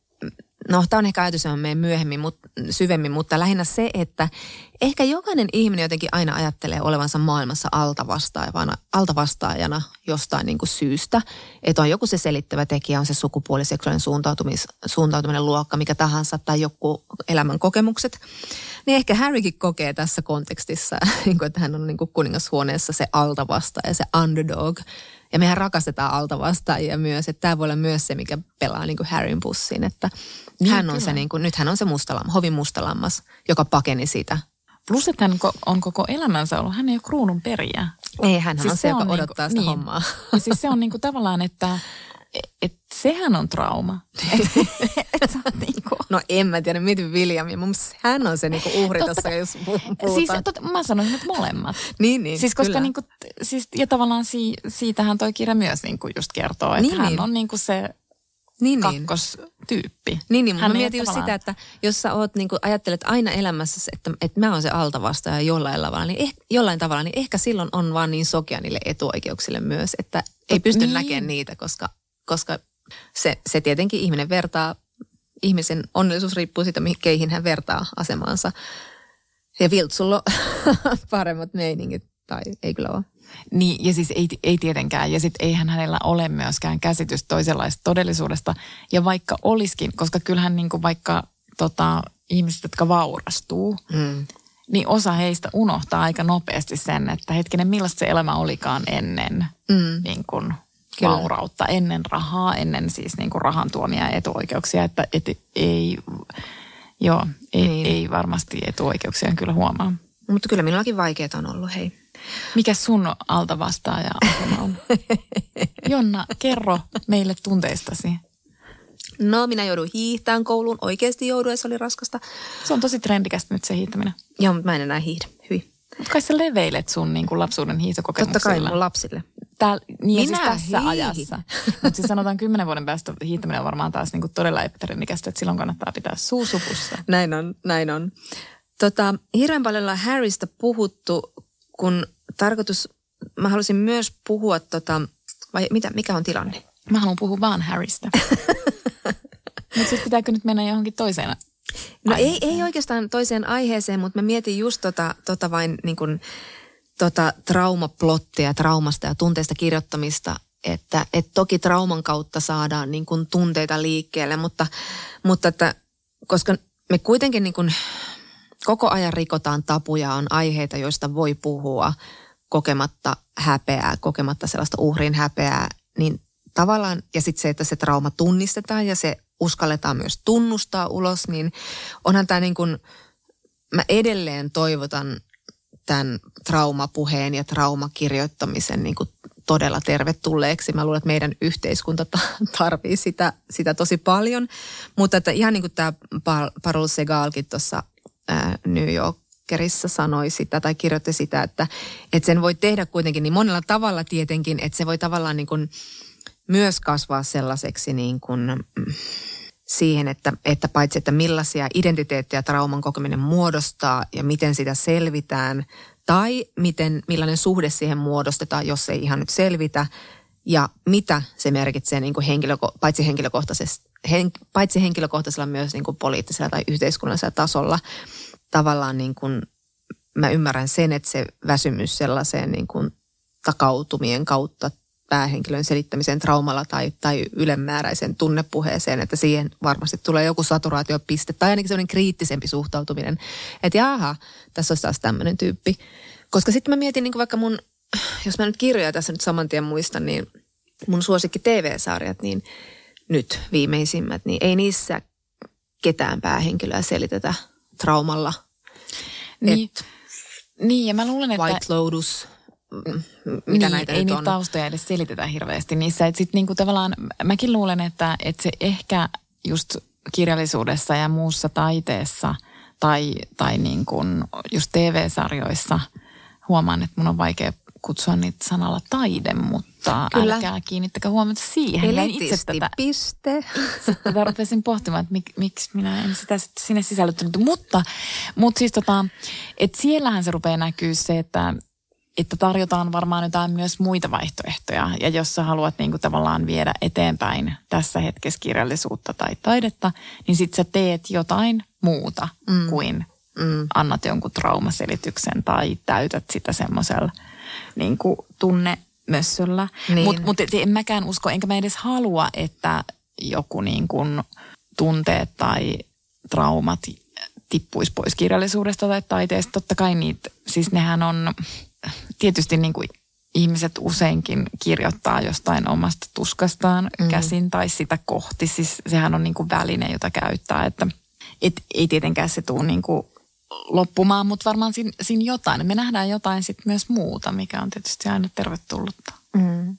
no tämä on ehkä ajatus, joka menee myöhemmin, mut, syvemmin, mutta lähinnä se, että ehkä jokainen ihminen jotenkin aina ajattelee olevansa maailmassa altavastaajana, altavastaajana jostain niin kuin syystä. Että on joku se selittävä tekijä, on se sukupuoli, seksuaalinen suuntautumis, suuntautuminen, luokka, mikä tahansa tai joku elämän kokemukset. Niin ehkä Harrykin kokee tässä kontekstissa, että hän on niin kuin kuningashuoneessa se altavastaaja, se underdog. Ja mehän rakastetaan altavastaajia myös, että tämä voi olla myös se, mikä pelaa niin kuin Harryn pussiin, että niin, hän on kyllä. se niin kuin, nyt hän on se mustalam, hovin mustalammas, joka pakeni siitä. Plus, että hän on koko elämänsä ollut, hän ei ole kruunun periä. Ei, hän siis on se, se joka on odottaa niinku, sitä niin. hommaa. Ja siis se on niinku tavallaan, että et sehän on trauma. Et, et sä niinku. No en mä tiedä, mietin Williamia, mun mielestä hän on se niinku uhri tuossa, jos puhutaan. Siis tot, mä sanoisin, että molemmat. Niin, niin, siis koska kyllä. Niinku, siis, ja tavallaan si, siitähän toi kirja myös niinku just kertoo, että niin, hän niin. on niinku se niin, kakkostyyppi. Niin, niin, hän mä mietin just tavallaan sitä, että jos sä oot niinku, ajattelet aina elämässä, että, että mä oon se altavastaaja jollain tavalla, niin ehkä, jollain tavalla, niin ehkä silloin on vaan niin sokea niille etuoikeuksille myös, että ei pysty niin. näkemään niitä, koska, koska se, se tietenkin ihminen vertaa, ihmisen onnellisuus riippuu siitä, keihin hän vertaa asemaansa. Ja Viltsulla on paremmat meiningit, tai ei kyllä ole. Niin, ja siis ei, ei tietenkään. Ja sitten eihän hänellä ole myöskään käsitys toisenlaista todellisuudesta. Ja vaikka olisikin, koska kyllähän niin kuin vaikka tota, ihmiset, jotka vaurastuu, mm. niin osa heistä unohtaa aika nopeasti sen, että hetkinen, millaista se elämä olikaan ennen mm. niin kuin Kyllä. vaurautta ennen rahaa, ennen siis niin kuin rahan tuomia etuoikeuksia, että et, ei, joo, ei, niin. ei varmasti etuoikeuksia kyllä huomaa. Mutta kyllä minullakin vaikeaa on ollut, hei. Mikä sun alta vastaaja on? Jonna, kerro meille tunteistasi. No, minä jouduin hiihtämään kouluun. Oikeasti jouduin, se oli raskasta. Se on tosi trendikästä nyt se hiihtäminen. Joo, mutta mä en enää hiihdä. Hyvin. Mutta kai sä leveilet sun niin kuin lapsuuden hiihtokokemuksilla. Totta kai mun lapsille. Tää, niin minä siis tässä hiihin. ajassa. Mutta siis sanotaan kymmenen vuoden päästä hiihtäminen on varmaan taas niin kuin todella epätrendikästä, että silloin kannattaa pitää suu supussa. Näin on, näin on. Tota, hirveän paljon ollaan Harrystä puhuttu, kun tarkoitus, mä halusin myös puhua, tota, vai mitä, mikä on tilanne? Mä haluan puhua vaan Harrystä. Mutta sitten pitääkö nyt mennä johonkin toiseen No ei, ei oikeastaan toiseen aiheeseen, mutta mä mietin just tota, tota vain niin kuin, tota traumaplottia, traumasta ja tunteista kirjoittamista, että et toki trauman kautta saadaan niin kuin tunteita liikkeelle, mutta, mutta että, koska me kuitenkin niin kuin koko ajan rikotaan tabuja, on aiheita, joista voi puhua kokematta häpeää, kokematta sellaista uhrin häpeää, niin tavallaan, ja sitten se, että se trauma tunnistetaan ja se uskalletaan myös tunnustaa ulos, niin onhan tämä niin kuin, mä edelleen toivotan tämän traumapuheen ja traumakirjoittamisen niin kuin todella tervetulleeksi. Mä luulen, että meidän yhteiskunta tarvii sitä, sitä tosi paljon, mutta että ihan niin kuin tämä Parul Segalkin tuossa New Yorkerissa sanoi sitä tai kirjoitti sitä, että, että sen voi tehdä kuitenkin niin monella tavalla tietenkin, että se voi tavallaan niin kuin myös kasvaa sellaiseksi niin kuin siihen, että, että paitsi että millaisia identiteettejä trauman kokeminen muodostaa ja miten sitä selvitään tai miten, millainen suhde siihen muodostetaan, jos ei ihan nyt selvitä ja mitä se merkitsee niin kuin henkilö, paitsi, henkilökohtaisesti, hen, paitsi henkilökohtaisella myös niin kuin poliittisella tai yhteiskunnallisella tasolla. Tavallaan niin kuin mä ymmärrän sen, että se väsymys sellaiseen niin kuin takautumien kautta päähenkilön selittämiseen traumalla tai, tai ylemmääräisen tunnepuheeseen, että siihen varmasti tulee joku saturaatiopiste tai ainakin sellainen kriittisempi suhtautuminen, että jaha, tässä olisi taas tämmöinen tyyppi. Koska sitten mä mietin niin kuin vaikka mun, jos mä nyt kirjoja tässä nyt saman tien muistan, niin mun suosikki T V-sarjat, niin nyt viimeisimmät, niin ei niissä ketään päähenkilöä selitetä traumalla. Niin, Et, niin ja mä luulen, että White Lotus, mitä niin, näitä ei nyt niitä on. taustoja edes selitetä hirveästi niissä. Että sit niinku tavallaan mäkin luulen, että, että se ehkä just kirjallisuudessa ja muussa taiteessa tai, tai niin kuin just T V-sarjoissa huomaan, että mun on vaikea kutsua niitä sanalla taide, mutta Kyllä. älkää kiinnittäkää huomiota siihen. Elitisti, piste. Itse tätä rupesin pohtimaan, että mik, miksi minä en sitä sinne sisällyttänyt. Mutta, mutta siis tota, että siellähän se rupeaa näkyä se, että että tarjotaan varmaan jotain myös muita vaihtoehtoja. Ja jos sä haluat niin kuin tavallaan viedä eteenpäin tässä hetkessä kirjallisuutta tai taidetta, niin sit sä teet jotain muuta mm. kuin mm. annat jonkun traumaselityksen tai täytät sitä semmoisella niin kuin tunnemössöllä. Niin. Mutta mut, en mäkään usko, enkä mä edes halua, että joku niin kuin tunteet tai traumat tippuisi pois kirjallisuudesta tai taiteesta. Totta kai niitä, siis nehän on tietysti niin kuin ihmiset useinkin kirjoittaa jostain omasta tuskastaan mm. käsin tai sitä kohti. Siis sehän on niin kuin väline, jota käyttää, että et, ei tietenkään se tule niin kuin loppumaan, mutta varmaan siinä, siinä jotain. Me nähdään jotain sitten myös muuta, mikä on tietysti aina tervetullutta. Mm.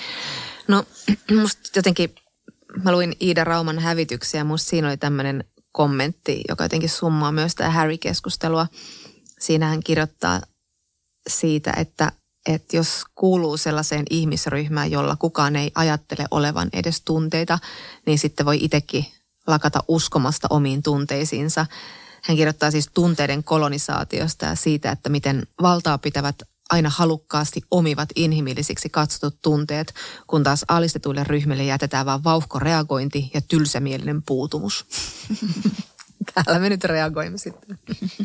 No musta jotenkin, mä luin Iida Rauman Hävityksiä ja musta siinä oli tämmöinen kommentti, joka jotenkin summaa myös tämä Harry-keskustelua. Siinä hän kirjoittaa siitä, että, että jos kuuluu sellaiseen ihmisryhmään, jolla kukaan ei ajattele olevan edes tunteita, niin sitten voi itsekin lakata uskomasta omiin tunteisiinsa. Hän kirjoittaa siis tunteiden kolonisaatiosta ja siitä, että miten valtaa pitävät aina halukkaasti omivat inhimillisiksi katsotut tunteet, kun taas alistetuille ryhmille jätetään vain vauhkoreagointi ja tylsämielinen puutumus. Täällä me nyt reagoimme sitten.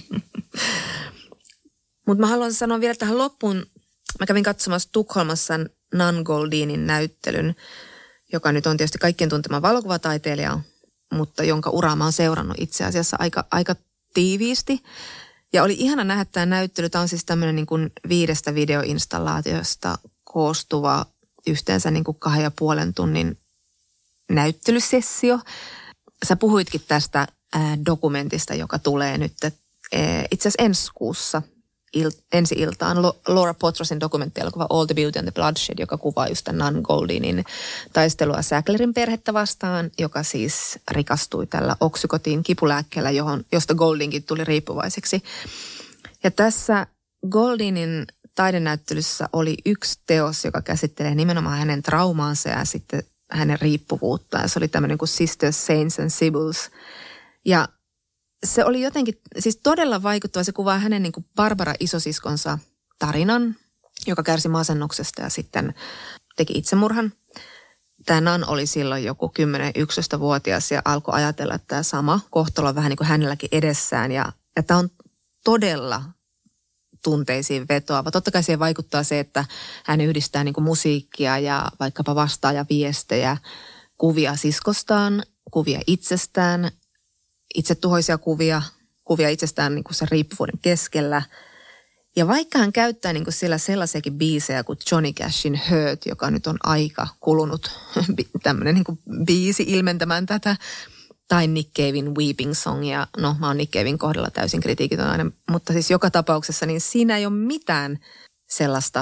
Mutta mä haluan sanoa vielä tähän loppuun. Mä kävin katsomassa Tukholmassa Nan Goldinin näyttelyn, joka nyt on tietysti kaikkien tuntema valokuvataiteilija, mutta jonka uraa mä oon seurannut itse asiassa aika, aika tiiviisti. Ja oli ihana nähdä tämä näyttely. Tämä on siis tämmöinen niin kuin viidestä videoinstallaatiosta koostuva yhteensä niin kuin kahden ja puolen tunnin näyttelysessio. Sä puhuitkin tästä ää, dokumentista, joka tulee nyt ää, itse asiassa ensi kuussa il, ensi iltaan. Laura Potrosin dokumenttielokuva All the Beauty and the Bloodshed, joka kuvaa just tämän Nan Goldinin taistelua Sacklerin perhettä vastaan, joka siis rikastui tällä oksykotin kipulääkkeellä, johon, josta Goldinkin tuli riippuvaiseksi. Ja tässä Goldinin taidenäyttelyssä oli yksi teos, joka käsittelee nimenomaan hänen traumaansa ja sitten hänen riippuvuuttaan. Se oli tämmöinen kuin Sisters, Saints and Sibyls. Ja se oli jotenkin, siis todella vaikuttava. Se kuvaa hänen niin kuin Barbara isosiskonsa tarinan, joka kärsi masennuksesta ja sitten teki itsemurhan. Tämä Nan oli silloin joku kymmenen yksitoista-vuotias ja alkoi ajatella, että tämä sama kohtalo on vähän niin kuin hänelläkin edessään. Ja, ja tämä on todella tunteisiin vetoava. Totta kai siihen vaikuttaa se, että hän yhdistää niin kuin musiikkia ja vaikkapa vastaajaviestejä, kuvia siskostaan, kuvia itsestään, itsetuhoisia kuvia, kuvia itsestään niin kuin sen riippuvuuden keskellä. Ja vaikka hän käyttää niin kuin siellä sellaisiakin biisejä kuin Johnny Cashin Hurt, joka nyt on aika kulunut tämmöinen niin kuin biisi ilmentämään tätä, tai Nick Caven Weeping Song, ja no mä oon Nick Caven kohdalla täysin kritiikitön aina, mutta siis joka tapauksessa niin siinä ei ole mitään sellaista,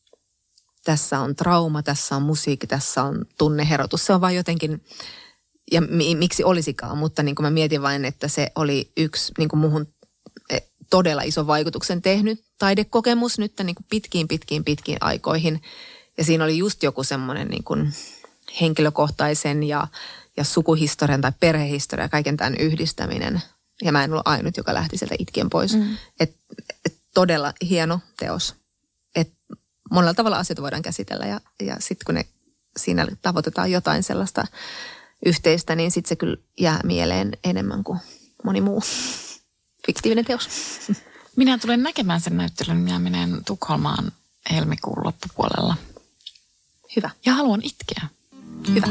tässä on trauma, tässä on musiikki, tässä on tunneherotus, se on vaan jotenkin, ja mi- miksi olisikaan, mutta niin kuin mä mietin vain, että se oli yksi niin kuin muhun todella iso vaikutuksen tehnyt taidekokemus nyt niin kuin pitkiin, pitkiin, pitkiin aikoihin, ja siinä oli just joku semmoinen niin kuin henkilökohtaisen ja ja sukuhistorian tai perhehistorian, kaiken tämän yhdistäminen. Ja mä en ollut ainut, joka lähti sieltä itkien pois. Mm. Et, et todella hieno teos. Et monella tavalla asioita voidaan käsitellä ja, ja sitten kun ne siinä tavoitetaan jotain sellaista yhteistä, niin sitten se kyllä jää mieleen enemmän kuin moni muu fiktiivinen teos. Minä tulen näkemään sen näyttelyn. Minä menen Tukholmaan helmikuun loppupuolella. Hyvä. Ja haluan itkeä. Hyvä.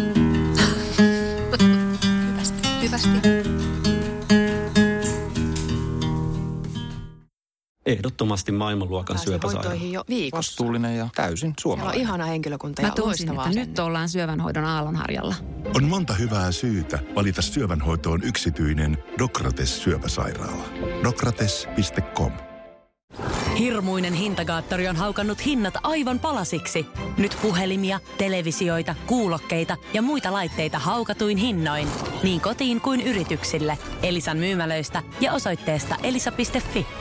Hyvästi. Hyvästi. Ehdottomasti maailmanluokan syöpäsairaala. jo viikossa. Vastuullinen ja täysin suomalainen. Siellä on ihana henkilökunta ja Mä tunsin, että asenne. nyt ollaan syövänhoidon aallonharjalla. On monta hyvää syytä valita syövänhoitoon yksityinen Dokrates syöpäsairaala. dokrates piste com. Hirmuinen hintakaattori on haukannut hinnat aivan palasiksi. Nyt puhelimia, televisioita, kuulokkeita ja muita laitteita haukatuin hinnoin. Niin kotiin kuin yrityksille. Elisan myymälöistä ja osoitteesta elisa piste fi.